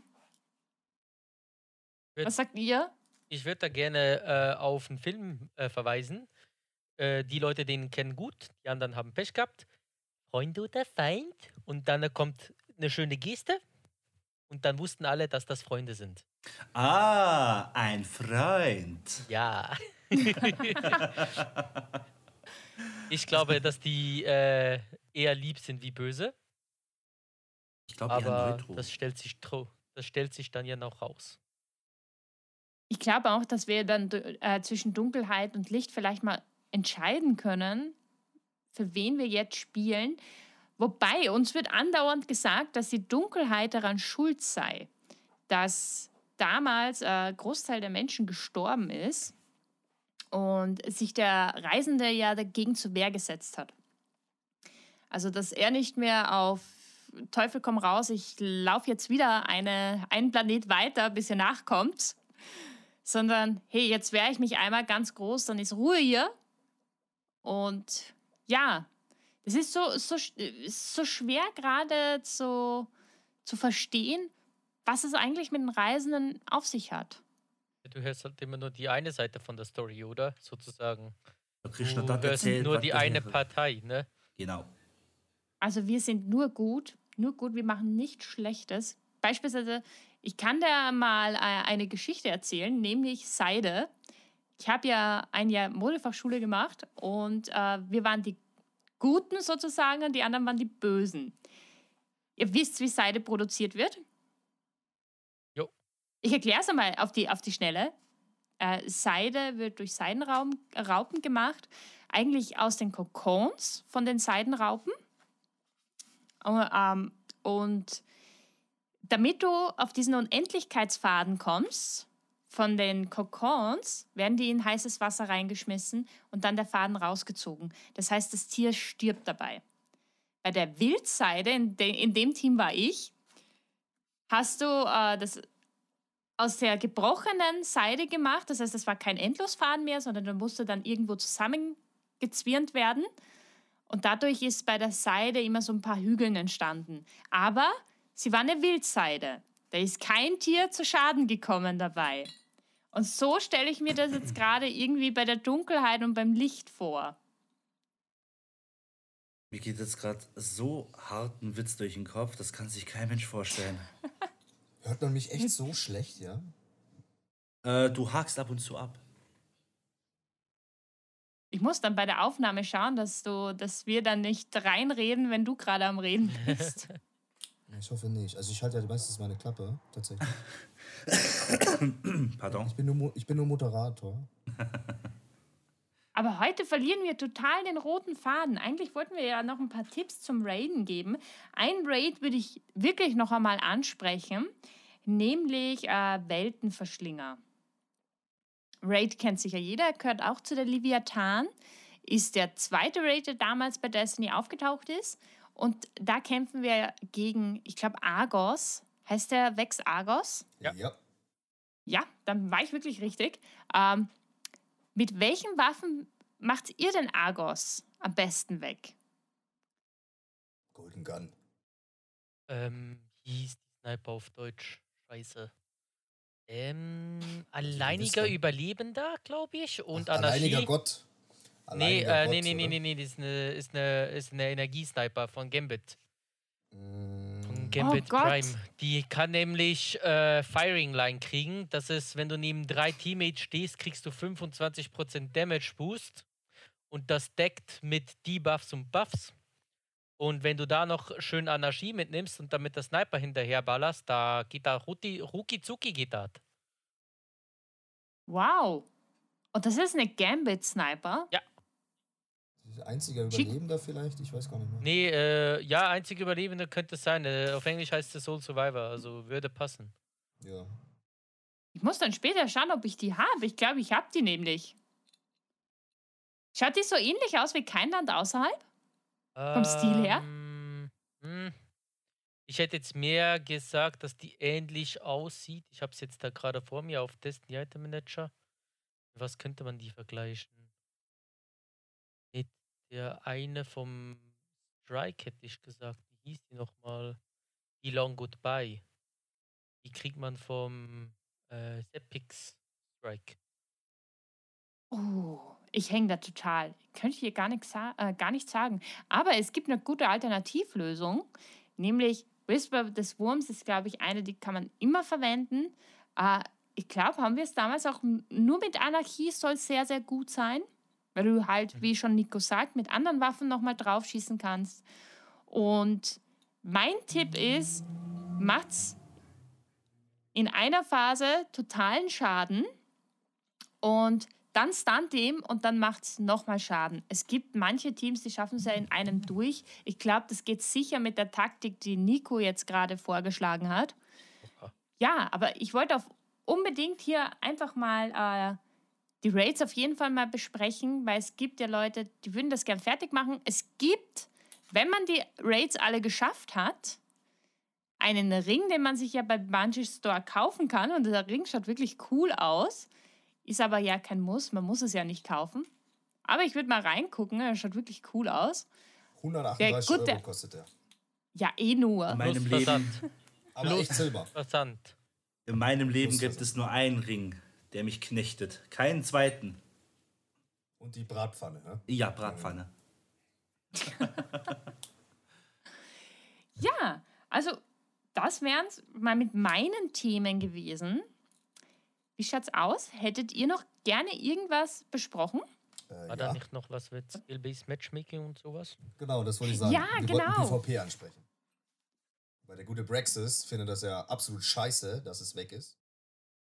A: Was sagt ihr?
D: Ich würde da gerne auf einen Film verweisen. Die Leute, den kennen gut, die anderen haben Pech gehabt. Freund oder Feind? Und dann kommt eine schöne Geste. Und dann wussten alle, dass das Freunde sind.
B: Ah, ein Freund.
D: Ja. Ich glaube, dass die eher lieb sind wie böse.
B: Ich glaube, eher
D: Aber
B: neutral.
D: das stellt sich dann ja noch raus.
A: Ich glaube auch, dass wir dann zwischen Dunkelheit und Licht vielleicht mal entscheiden können, für wen wir jetzt spielen. Wobei, uns wird andauernd gesagt, dass die Dunkelheit daran schuld sei, dass damals ein Großteil der Menschen gestorben ist und sich der Reisende ja dagegen zur Wehr gesetzt hat. Also, dass er nicht mehr auf Teufel komm raus, ich laufe jetzt wieder einen Planet weiter, bis ihr nachkommt, sondern, hey, jetzt wehre ich mich einmal ganz groß, dann ist Ruhe hier. Und ja, es ist so schwer gerade zu verstehen, was es eigentlich mit den Reisenden auf sich hat.
D: Du hörst halt immer nur die eine Seite von der Story, oder? Sozusagen.
B: Krishna
D: Du
B: hat
D: hörst
B: erzählt,
D: nur
B: was
D: die
B: das
D: eine
B: wäre.
D: Partei, ne?
B: Genau.
A: Also wir sind nur gut, wir machen nichts Schlechtes. Beispielsweise, ich kann dir mal eine Geschichte erzählen, nämlich Seide. Ich habe ja ein Jahr Modefachschule gemacht und wir waren die Guten sozusagen und die anderen waren die Bösen. Ihr wisst, wie Seide produziert wird? Ich erkläre es einmal auf die Schnelle. Seide wird durch Seidenraupen gemacht, eigentlich aus den Kokons von den Seidenraupen. Und damit du auf diesen Unendlichkeitsfaden kommst, von den Kokons werden die in heißes Wasser reingeschmissen und dann der Faden rausgezogen. Das heißt, das Tier stirbt dabei. Bei der Wildseide, in dem Team war ich, hast du das aus der gebrochenen Seide gemacht. Das heißt, das war kein Endlosfaden mehr, sondern der musste dann irgendwo zusammengezwirnt werden. Und dadurch ist bei der Seide immer so ein paar Hügeln entstanden. Aber sie war eine Wildseide. Da ist kein Tier zu Schaden gekommen dabei. Und so stelle ich mir das jetzt gerade irgendwie bei der Dunkelheit und beim Licht vor.
B: Mir geht jetzt gerade so hart ein Witz durch den Kopf, das kann sich kein Mensch vorstellen.
C: Hört man mich echt so schlecht, ja?
B: Du hakst ab und zu ab.
A: Ich muss dann bei der Aufnahme schauen, dass wir dann nicht reinreden, wenn du gerade am Reden bist.
C: Ich hoffe nicht. Also ich halte ja meistens meine Klappe, tatsächlich.
B: Pardon.
C: Ich bin nur Moderator.
A: Aber heute verlieren wir total den roten Faden. Eigentlich wollten wir ja noch ein paar Tipps zum Raiden geben. Ein Raid würde ich wirklich noch einmal ansprechen, nämlich Weltenverschlinger. Raid kennt sicher jeder, gehört auch zu der Leviathan. Ist der zweite Raid, der damals bei Destiny aufgetaucht ist. Und da kämpfen wir gegen, ich glaube, Argos. Heißt der Vex Argos?
C: Ja.
A: Ja, dann war ich wirklich richtig. Mit welchen Waffen macht ihr denn Argos am besten weg?
C: Golden Gun.
D: Hieß die Sniper auf Deutsch. Scheiße. Alleiniger
C: wissen.
D: Überlebender, glaube ich. Und
C: Alleiniger
D: Anarchie.
C: Gott.
D: Nee,
C: Alleiniger Gott,
D: nee. Das ist eine Energiesniper von Gambit. Von Gambit
A: Oh Gott.
D: Prime. Die kann nämlich Firing Line kriegen. Das ist, wenn du neben 3 Teammates stehst, kriegst du 25% Damage Boost. Und das deckt mit Debuffs und Buffs. Und wenn du da noch schön Anarchie mitnimmst und damit der Sniper hinterher ballerst, da geht da Ruki-Zuki geht da.
A: Wow. Und das ist eine Gambit-Sniper?
D: Ja.
C: Einziger Überlebender vielleicht? Ich weiß gar nicht mehr.
D: Nee, ja, einzige Überlebende könnte es sein. Auf Englisch heißt es Soul Survivor, also würde passen.
C: Ja.
A: Ich muss dann später schauen, ob ich die habe. Ich glaube, ich habe die nämlich. Schaut die so ähnlich aus wie kein Land außerhalb? Vom Stil her?
D: Ich hätte jetzt mehr gesagt, dass die ähnlich aussieht. Ich habe es jetzt da gerade vor mir auf Destiny Item Manager. Was könnte man die vergleichen? Mit der eine vom Strike hätte ich gesagt. Wie hieß die nochmal? Die Long Goodbye. Die kriegt man vom Sepix Strike.
A: Oh, ich hänge da total. Könnte ich hier gar nicht sagen. Aber es gibt eine gute Alternativlösung, nämlich Whisper des Wurms ist, glaube ich, eine, die kann man immer verwenden. Ich glaube, haben wir es damals auch nur mit Anarchie, soll es sehr, sehr gut sein, weil du halt, wie schon Nico sagt, mit anderen Waffen nochmal draufschießen kannst. Und mein Tipp ist, macht's in einer Phase totalen Schaden und dann stunt ihm und dann macht es nochmal Schaden. Es gibt manche Teams, die schaffen es ja in einem durch. Ich glaube, das geht sicher mit der Taktik, die Nico jetzt gerade vorgeschlagen hat.
D: Okay.
A: Ja, aber ich wollte unbedingt hier einfach mal die Raids auf jeden Fall mal besprechen, weil es gibt ja Leute, die würden das gern fertig machen. Es gibt, wenn man die Raids alle geschafft hat, einen Ring, den man sich ja bei Bungie Store kaufen kann. Und der Ring schaut wirklich cool aus. Ist aber ja kein Muss, man muss es ja nicht kaufen. Aber ich würde mal reingucken, er schaut wirklich cool aus.
C: 138 Euro kostet der.
A: Ja, eh nur.
B: In meinem
D: Plus
B: Leben,
D: Versand.
C: Aber echt Silber.
D: Versand.
B: in meinem Leben
C: Plus
B: gibt
C: Versand.
B: es nur einen Ring, der mich knechtet. Keinen zweiten.
C: Und die Bratpfanne, ne?
B: Ja, Bratpfanne.
A: Ja, also das wären es mal mit meinen Themen gewesen. Wie schaut's aus? Hättet ihr noch gerne irgendwas besprochen?
D: War da nicht noch was mit Skill-Based Matchmaking und sowas?
C: Genau, das wollte ich sagen.
A: Ja,
C: Wir
A: genau.
C: wollten PvP ansprechen. Weil der gute Braxis findet das ja absolut scheiße, dass es weg ist.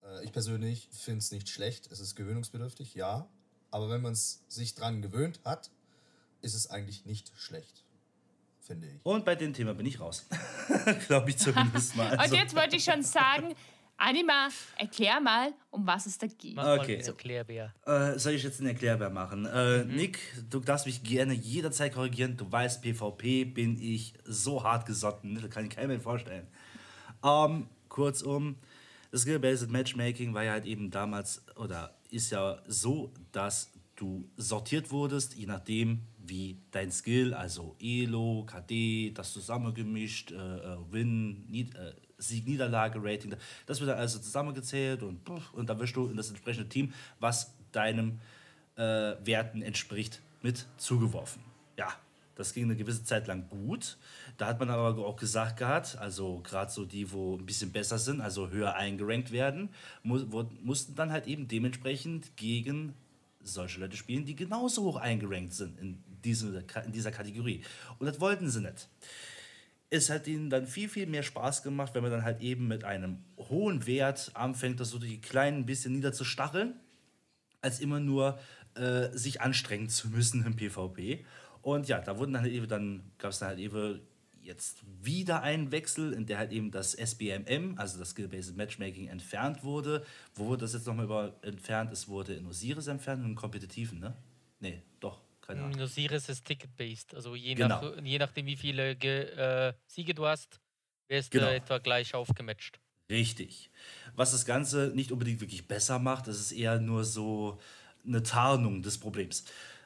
C: Ich persönlich finde es nicht schlecht. Es ist gewöhnungsbedürftig, ja. Aber wenn man es sich dran gewöhnt hat, ist es eigentlich nicht schlecht, finde ich.
B: Und bei dem Thema bin ich raus. Glaube ich zumindest mal.
A: Und jetzt wollte ich schon sagen, Anima, erklär mal, um was es da geht.
D: Mach mal
B: Okay.
D: den Erklärbär.
B: Soll ich jetzt einen Erklärbär machen? Nick, du darfst mich gerne jederzeit korrigieren. Du weißt, PvP bin ich so hart gesotten. Das kann ich keinem mehr vorstellen. Kurzum, das Skill-Based Matchmaking war ja halt eben damals, oder ist ja so, dass du sortiert wurdest, je nachdem, wie dein Skill, also Elo, KD, das zusammengemischt, Sieg, Niederlage, Rating, das wird dann also zusammengezählt und dann wirst du in das entsprechende Team, was deinem Werten entspricht, mit zugeworfen. Ja, das ging eine gewisse Zeit lang gut. Da hat man aber auch gesagt gehabt, also gerade so die, wo ein bisschen besser sind, also höher eingerankt werden, mussten dann halt eben dementsprechend gegen solche Leute spielen, die genauso hoch eingerankt sind in dieser Kategorie. Und das wollten sie nicht. Es hat ihnen dann viel, viel mehr Spaß gemacht, wenn man dann halt eben mit einem hohen Wert anfängt, das so die kleinen ein bisschen niederzustacheln, als immer nur sich anstrengen zu müssen im PvP. Und ja, da wurden dann halt eben, gab es dann halt eben jetzt wieder einen Wechsel, in der halt eben das SBMM, also das Skill-Based Matchmaking, entfernt wurde. Wo wurde das jetzt nochmal entfernt? Es wurde in Osiris entfernt und im Kompetitiven, ne? Nee, doch, keine Ahnung.
D: Osiris ist ticket-based. Also je
B: Genau.
D: nachdem, wie viele Siege du hast, wirst
B: Genau.
D: du etwa gleich aufgematcht.
B: Richtig. Was das Ganze nicht unbedingt wirklich besser macht, das ist eher nur so eine Tarnung des Problems.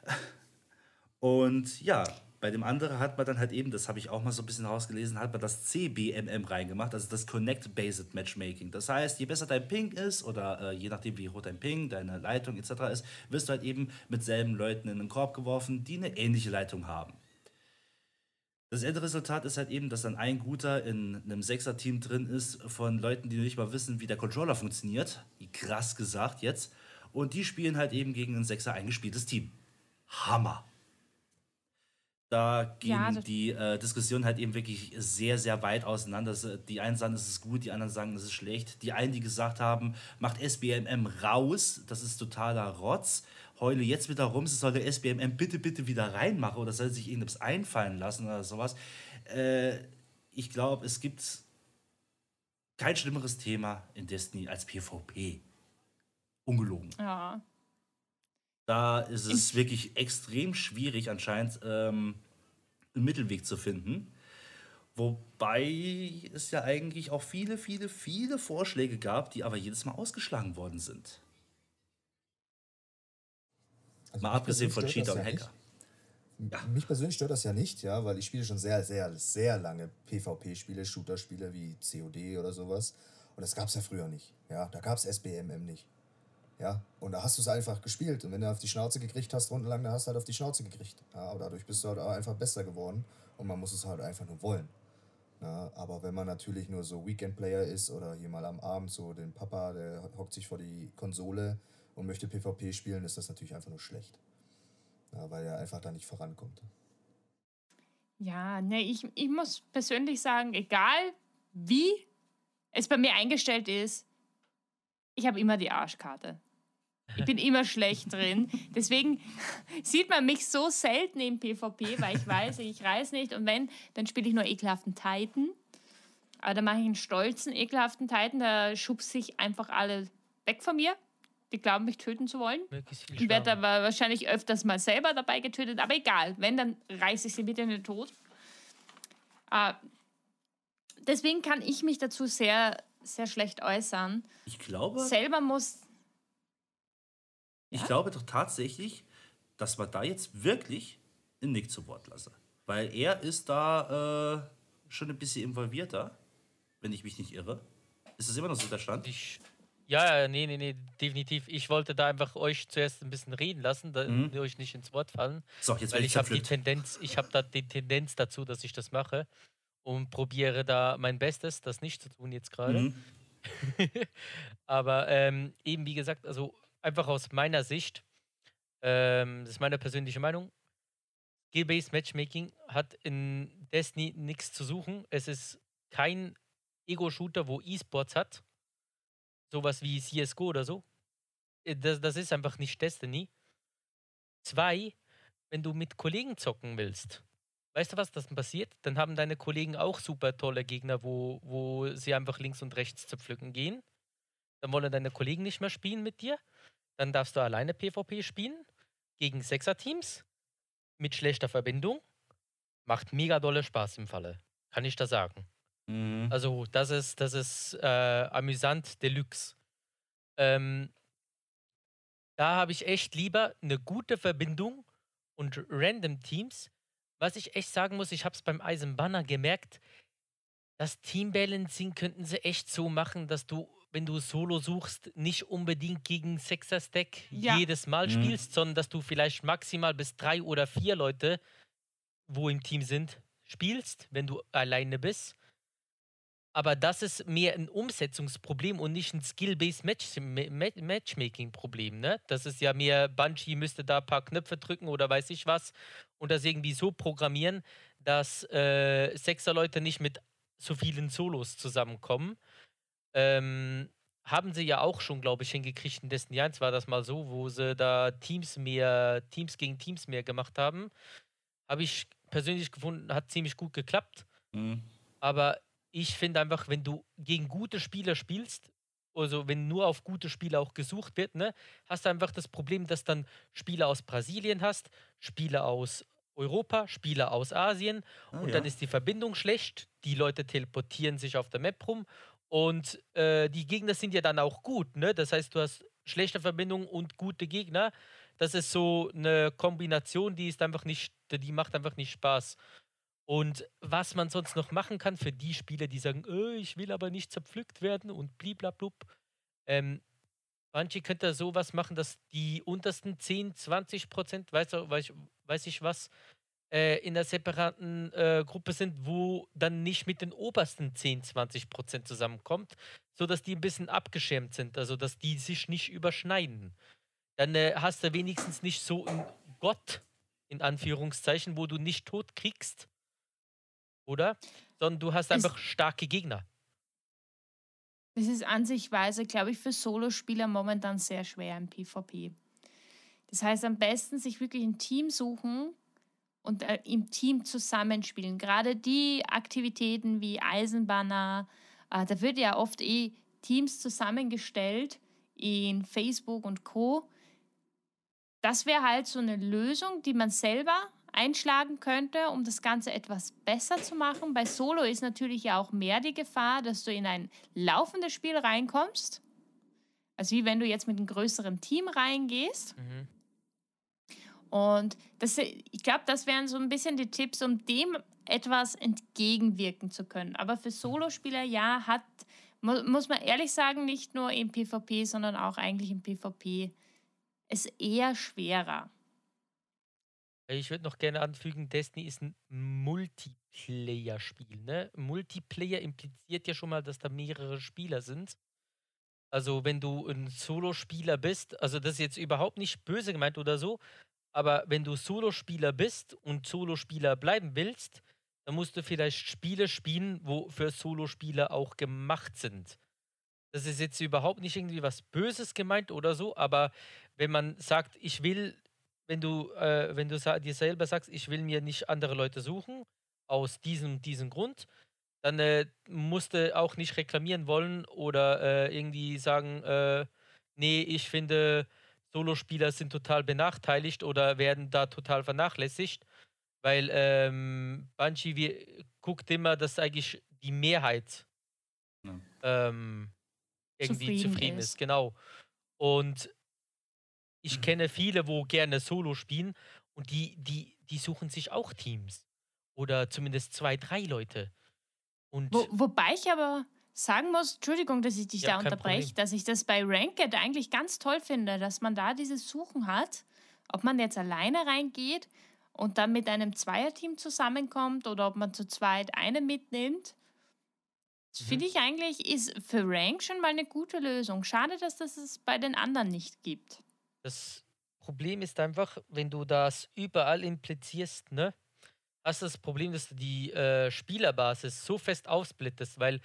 B: Und ja, bei dem anderen hat man dann halt eben, das habe ich auch mal so ein bisschen rausgelesen, hat man das CBMM reingemacht, also das Connect-Based Matchmaking. Das heißt, je besser dein Ping ist oder je nachdem, wie hoch dein Ping, deine Leitung etc. ist, wirst du halt eben mit selben Leuten in einen Korb geworfen, die eine ähnliche Leitung haben. Das Endresultat ist halt eben, dass dann ein Guter in einem Sechser-Team drin ist von Leuten, die nicht mal wissen, wie der Controller funktioniert. Krass gesagt jetzt. Und die spielen halt eben gegen ein Sechser eingespieltes Team. Hammer. Da gehen
A: Ja, das-
B: die Diskussionen halt eben wirklich sehr, sehr weit auseinander. Die einen sagen, es ist gut, die anderen sagen, es ist schlecht. Die einen, die gesagt haben, macht SBMM raus, das ist totaler Rotz. Heule jetzt wieder rum, sie soll der SBMM bitte, bitte wieder reinmachen oder soll sich irgendwas einfallen lassen oder sowas. Ich glaube, es gibt kein schlimmeres Thema in Destiny als PvP. Ungelogen.
A: Ja.
B: Da ist es wirklich extrem schwierig, anscheinend einen Mittelweg zu finden. Wobei es ja eigentlich auch viele, viele, viele Vorschläge gab, die aber jedes Mal ausgeschlagen worden sind.
C: Also
B: Mal
C: mich
B: abgesehen von
C: persönlich
B: Cheater und
C: stört das
B: Hacker.
C: ja nicht. Mich persönlich stört das ja nicht, ja, weil ich spiele schon sehr, sehr, sehr lange PvP-Spiele, Shooter-Spiele wie COD oder sowas. Und das gab es ja früher nicht. Ja, da gab es SBMM nicht. Ja, und da hast du es einfach gespielt. Und wenn du auf die Schnauze gekriegt hast, rundenlang, dann hast du halt auf die Schnauze gekriegt. Ja, aber dadurch bist du halt auch einfach besser geworden. Und man muss es halt einfach nur wollen. Ja, aber wenn man natürlich nur so Weekend-Player ist oder hier mal am Abend so den Papa, der hockt sich vor die Konsole und möchte PvP spielen, ist das natürlich einfach nur schlecht. Ja, weil er einfach da nicht vorankommt.
A: Ja, ne, ich muss persönlich sagen, egal wie es bei mir eingestellt ist, ich habe immer die Arschkarte. Ich bin immer schlecht drin. Deswegen sieht man mich so selten im PvP, weil ich weiß, ich reiß nicht. Und wenn, dann spiele ich nur ekelhaften Titan. Aber dann mache ich einen stolzen, ekelhaften Titan. Da schubse ich einfach alle weg von mir. Die glauben, mich töten zu wollen.
D: Möglichst viel
A: Ich werde
D: Schaden.
A: aber wahrscheinlich öfters mal selber dabei getötet. Aber egal, wenn, dann reiße ich sie wieder in den Tod. Deswegen kann ich mich dazu sehr, sehr schlecht äußern.
B: Ich glaube,
A: Selber muss...
B: ich glaube doch tatsächlich, dass man da jetzt wirklich den Nick zu Wort lasse. Weil er ist da schon ein bisschen involvierter, wenn ich mich nicht irre. Ist das immer noch so der Stand?
D: Ja, nee, definitiv. Ich wollte da einfach euch zuerst ein bisschen reden lassen, damit wir euch nicht ins Wort fallen.
B: So, jetzt
D: Weil
B: werde
D: ich habe
B: zerpflückt.
D: ich habe da die Tendenz dazu, dass ich das mache und probiere da mein Bestes, das nicht zu tun jetzt gerade.
B: Mhm.
D: Aber eben wie gesagt, also einfach aus meiner Sicht, das ist meine persönliche Meinung, Skill-Based Matchmaking hat in Destiny nichts zu suchen. Es ist kein Ego-Shooter, wo E-Sports hat. sowas wie CSGO oder so. Das ist einfach nicht Destiny. 2, wenn du mit Kollegen zocken willst, weißt du, was das dann passiert? Dann haben deine Kollegen auch super tolle Gegner, wo sie einfach links und rechts zu pflücken gehen. Dann wollen deine Kollegen nicht mehr spielen mit dir. Dann darfst du alleine PvP spielen. Gegen Sechser-Teams. Mit schlechter Verbindung. Macht mega dolle Spaß im Falle. Kann ich da sagen.
B: Mhm.
D: Also, das ist amüsant Deluxe. Ähm, Da habe ich echt lieber eine gute Verbindung und random Teams. Was ich echt sagen muss, ich habe es beim Eisenbanner gemerkt, das Teambalancing könnten sie echt so machen, dass du, wenn du Solo suchst, nicht unbedingt gegen Sechser-Stack
A: Ja.
D: jedes Mal spielst, sondern dass du vielleicht maximal bis 3 oder 4 Leute, wo im Team sind, spielst, wenn du alleine bist. Aber das ist mehr ein Umsetzungsproblem und nicht ein Skill-Based Matchmaking-Problem, ne? Das ist ja mehr, Bungie müsste da ein paar Knöpfe drücken oder weiß ich was und das irgendwie so programmieren, dass Sechser-Leute nicht mit so vielen Solos zusammenkommen. Haben sie ja auch schon, glaube ich, hingekriegt. In Destiny 1 war das mal so, wo sie da Teams gegen Teams mehr gemacht haben. Habe ich persönlich gefunden, hat ziemlich gut geklappt.
B: Mhm.
D: Aber ich finde einfach, wenn du gegen gute Spieler spielst, also wenn nur auf gute Spieler auch gesucht wird, ne, hast du einfach das Problem, dass dann Spieler aus Brasilien hast, Spieler aus Europa, Spieler aus Asien und dann ist die Verbindung schlecht. Die Leute teleportieren sich auf der Map rum und die Gegner sind ja dann auch gut, ne? Das heißt, du hast schlechte Verbindung und gute Gegner. Das ist so eine Kombination, die macht einfach nicht Spaß. Und was man sonst noch machen kann für die Spieler, die sagen, ich will aber nicht zerpflückt werden und bliblablub, ähm, Bungie könnte sowas machen, dass die untersten 10-20%, weiß ich was, in einer separaten Gruppe sind, wo dann nicht mit den obersten 10-20% zusammenkommt, sodass die ein bisschen abgeschirmt sind, also dass die sich nicht überschneiden. Dann hast du wenigstens nicht so einen Gott, in Anführungszeichen, wo du nicht tot kriegst, oder? Sondern du hast
A: Es,
D: einfach starke Gegner.
A: es ist an sich weise, glaube ich, für Solospieler momentan sehr schwer im PvP. Das heißt, am besten sich wirklich ein Team suchen und im Team zusammenspielen. Gerade die Aktivitäten wie Eisenbanner, da wird ja oft Teams zusammengestellt in Facebook und Co. Das wäre halt so eine Lösung, die man selber einschlagen könnte, um das Ganze etwas besser zu machen. Bei Solo ist natürlich ja auch mehr die Gefahr, dass du in ein laufendes Spiel reinkommst. Also wie wenn du jetzt mit einem größeren Team reingehst.
D: Mhm.
A: Und ich glaube, das wären so ein bisschen die Tipps, um dem etwas entgegenwirken zu können. Aber für Solospieler, ja, muss man ehrlich sagen, nicht nur im PvP, sondern auch eigentlich im PvP, ist eher schwerer.
D: Ich würde noch gerne anfügen, Destiny ist ein Multiplayer-Spiel. Ne? Multiplayer impliziert ja schon mal, dass da mehrere Spieler sind. Also wenn du ein Solospieler bist, also das ist jetzt überhaupt nicht böse gemeint oder so, aber wenn du Solospieler bist und Solospieler bleiben willst, dann musst du vielleicht Spiele spielen, wo für Solospieler auch gemacht sind. Das ist jetzt überhaupt nicht irgendwie was Böses gemeint oder so, aber wenn man sagt, wenn du dir selber sagst, ich will mir nicht andere Leute suchen, aus diesem und diesem Grund, dann musst du auch nicht reklamieren wollen oder irgendwie sagen, nee, ich finde, Solospieler sind total benachteiligt oder werden da total vernachlässigt, weil Bungie guckt immer, dass eigentlich die Mehrheit
B: Ja.
D: irgendwie
A: Zufrieden
D: zufrieden
A: ist.
D: ist, genau. Und ich kenne viele, wo gerne Solo spielen und die suchen sich auch Teams. Oder zumindest 2, 3 Leute. Und
A: Wobei ich aber sagen muss, Entschuldigung, dass ich dich
D: ja,
A: da
D: kein Problem.
A: unterbreche, dass ich das bei Ranked eigentlich ganz toll finde, dass man da dieses Suchen hat, ob man jetzt alleine reingeht und dann mit einem Zweierteam zusammenkommt oder ob man zu zweit einen mitnimmt. Das finde ich eigentlich, ist für Rank schon mal eine gute Lösung. Schade, dass das es bei den anderen nicht gibt.
D: Das Problem ist einfach, wenn du das überall implizierst, ne, hast du das Problem, dass du die Spielerbasis so fest aufsplittest, weil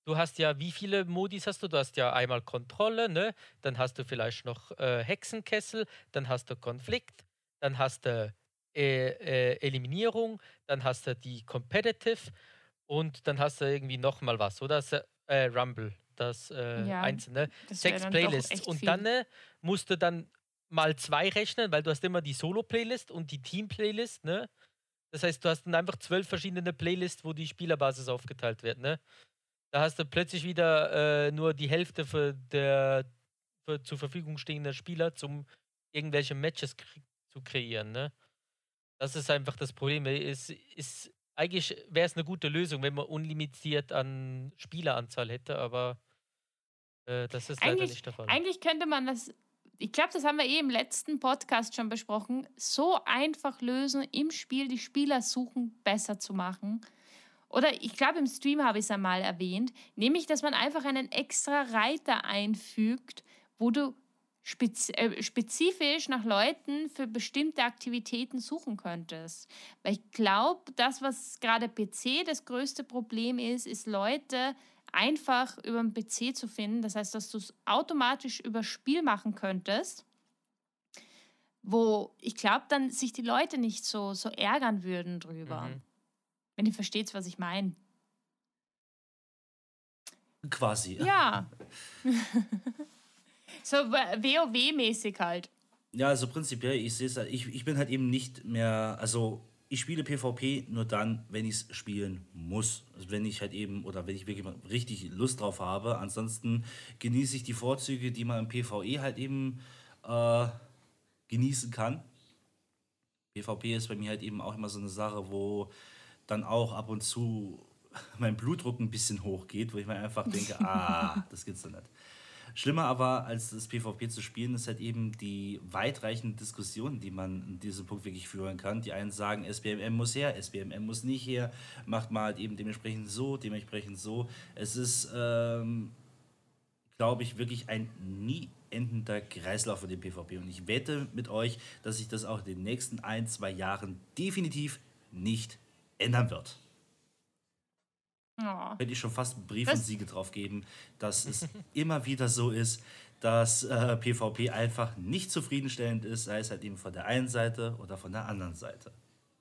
D: du hast ja, wie viele Modis hast du? Du hast ja einmal Kontrolle, ne? Dann hast du vielleicht noch Hexenkessel, dann hast du Konflikt, dann hast du Eliminierung, dann hast du die Competitive und dann hast du irgendwie noch mal was, oder? Rumble, das
A: Ja,
D: einzelne.
A: das wäre
D: 6
A: dann doch
D: Playlists.
A: echt
D: Und
A: viel.
D: dann musst du dann mal 2 rechnen, weil du hast immer die Solo-Playlist und die Team-Playlist, ne? Das heißt, du hast dann einfach 12 verschiedene Playlists, wo die Spielerbasis aufgeteilt wird, ne? Da hast du plötzlich wieder nur die Hälfte für zur Verfügung stehender Spieler, zum irgendwelche Matches zu kreieren, ne? Das ist einfach das Problem. Eigentlich wäre es eine gute Lösung, wenn man unlimitiert an Spieleranzahl hätte, aber das ist leider
A: Eigentlich,
D: nicht der Fall.
A: eigentlich könnte man das, ich glaube, das haben wir im letzten Podcast schon besprochen, so einfach lösen, im Spiel die Spieler suchen besser zu machen. Oder ich glaube, im Stream habe ich es einmal erwähnt, nämlich, dass man einfach einen extra Reiter einfügt, wo du spezifisch nach Leuten für bestimmte Aktivitäten suchen könntest. Weil ich glaube, das, was gerade PC das größte Problem ist Leute einfach über den PC zu finden. Das heißt, dass du es automatisch über Spiel machen könntest, wo ich glaube, dann sich die Leute nicht so ärgern würden drüber.
D: Mhm.
A: Wenn ihr versteht, was ich meine.
B: Quasi.
A: Ja. So WoW-mäßig halt.
B: Ja, also prinzipiell, ich sehe es halt, ich bin halt eben nicht mehr, also ich spiele PvP nur dann, wenn ich es spielen muss. Also wenn ich halt eben, oder wenn ich wirklich mal richtig Lust drauf habe. Ansonsten genieße ich die Vorzüge, die man im PvE halt eben äh, genießen kann. PvP ist bei mir halt eben auch immer so eine Sache, wo dann auch ab und zu mein Blutdruck ein bisschen hochgeht, wo ich mir einfach denke, das gibt's doch nicht. Schlimmer aber als das PvP zu spielen, ist halt eben die weitreichenden Diskussionen, die man in diesem Punkt wirklich führen kann. Die einen sagen, SBMM muss her, SBMM muss nicht her, macht mal halt eben dementsprechend so, dementsprechend so. Es ist, glaube ich, wirklich ein nie endender Kreislauf für den PvP. Und ich wette mit euch, dass sich das auch in den nächsten 1, 2 Jahren definitiv nicht ändern wird.
A: Oh.
B: Könnte ich schon fast einen Brief und
A: Das,
B: Siegel drauf geben, dass es immer wieder so ist, dass PvP einfach nicht zufriedenstellend ist, sei es halt eben von der einen Seite oder von der anderen Seite.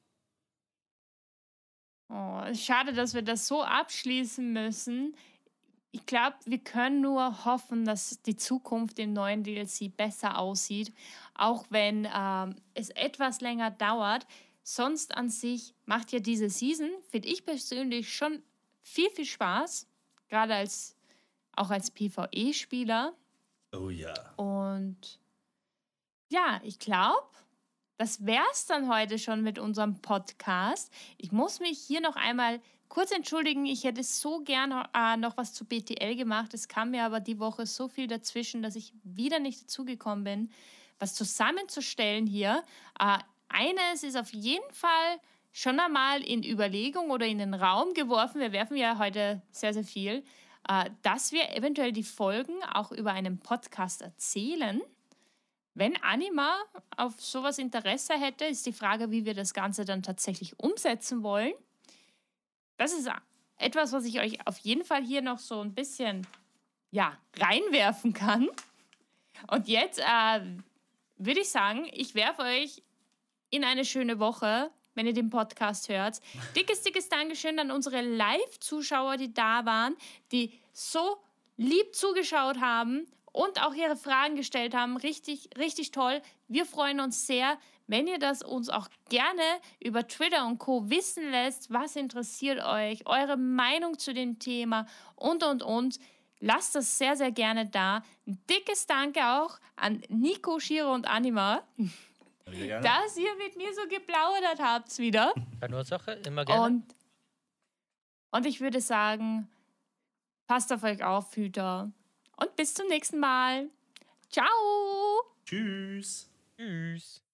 A: schade, dass wir das so abschließen müssen. Ich glaube, wir können nur hoffen, dass die Zukunft im neuen DLC besser aussieht, auch wenn es etwas länger dauert. Sonst an sich macht ja diese Season, finde ich persönlich, schon viel, viel Spaß, gerade auch als PvE-Spieler.
B: Oh ja.
A: Und ja, ich glaube, das wäre es dann heute schon mit unserem Podcast. Ich muss mich hier noch einmal kurz entschuldigen. Ich hätte so gern noch was zu BTL gemacht. Es kam mir aber die Woche so viel dazwischen, dass ich wieder nicht dazugekommen bin, was zusammenzustellen hier. Eines ist auf jeden Fall schon einmal in Überlegung oder in den Raum geworfen. Wir werfen ja heute sehr, sehr viel, dass wir eventuell die Folgen auch über einen Podcast erzählen. Wenn Anima auf sowas Interesse hätte, ist die Frage, wie wir das Ganze dann tatsächlich umsetzen wollen. Das ist etwas, was ich euch auf jeden Fall hier noch so ein bisschen reinwerfen kann. Und jetzt würde ich sagen, ich werfe euch in eine schöne Woche, wenn ihr den Podcast hört. Dickes, dickes Dankeschön an unsere Live-Zuschauer, die da waren, die so lieb zugeschaut haben und auch ihre Fragen gestellt haben. Richtig, richtig toll. Wir freuen uns sehr, wenn ihr das uns auch gerne über Twitter und Co. wissen lässt. Was interessiert euch? Eure Meinung zu dem Thema und. Lasst das sehr, sehr gerne da. Ein dickes Danke auch an Nico, Shiro und Anima, dass ihr mit mir so geplaudert habt wieder.
D: Keine Ursache, immer gerne.
A: Und ich würde sagen, passt auf euch auf, Hüter. Und bis zum nächsten Mal. Ciao.
B: Tschüss.
D: Tschüss.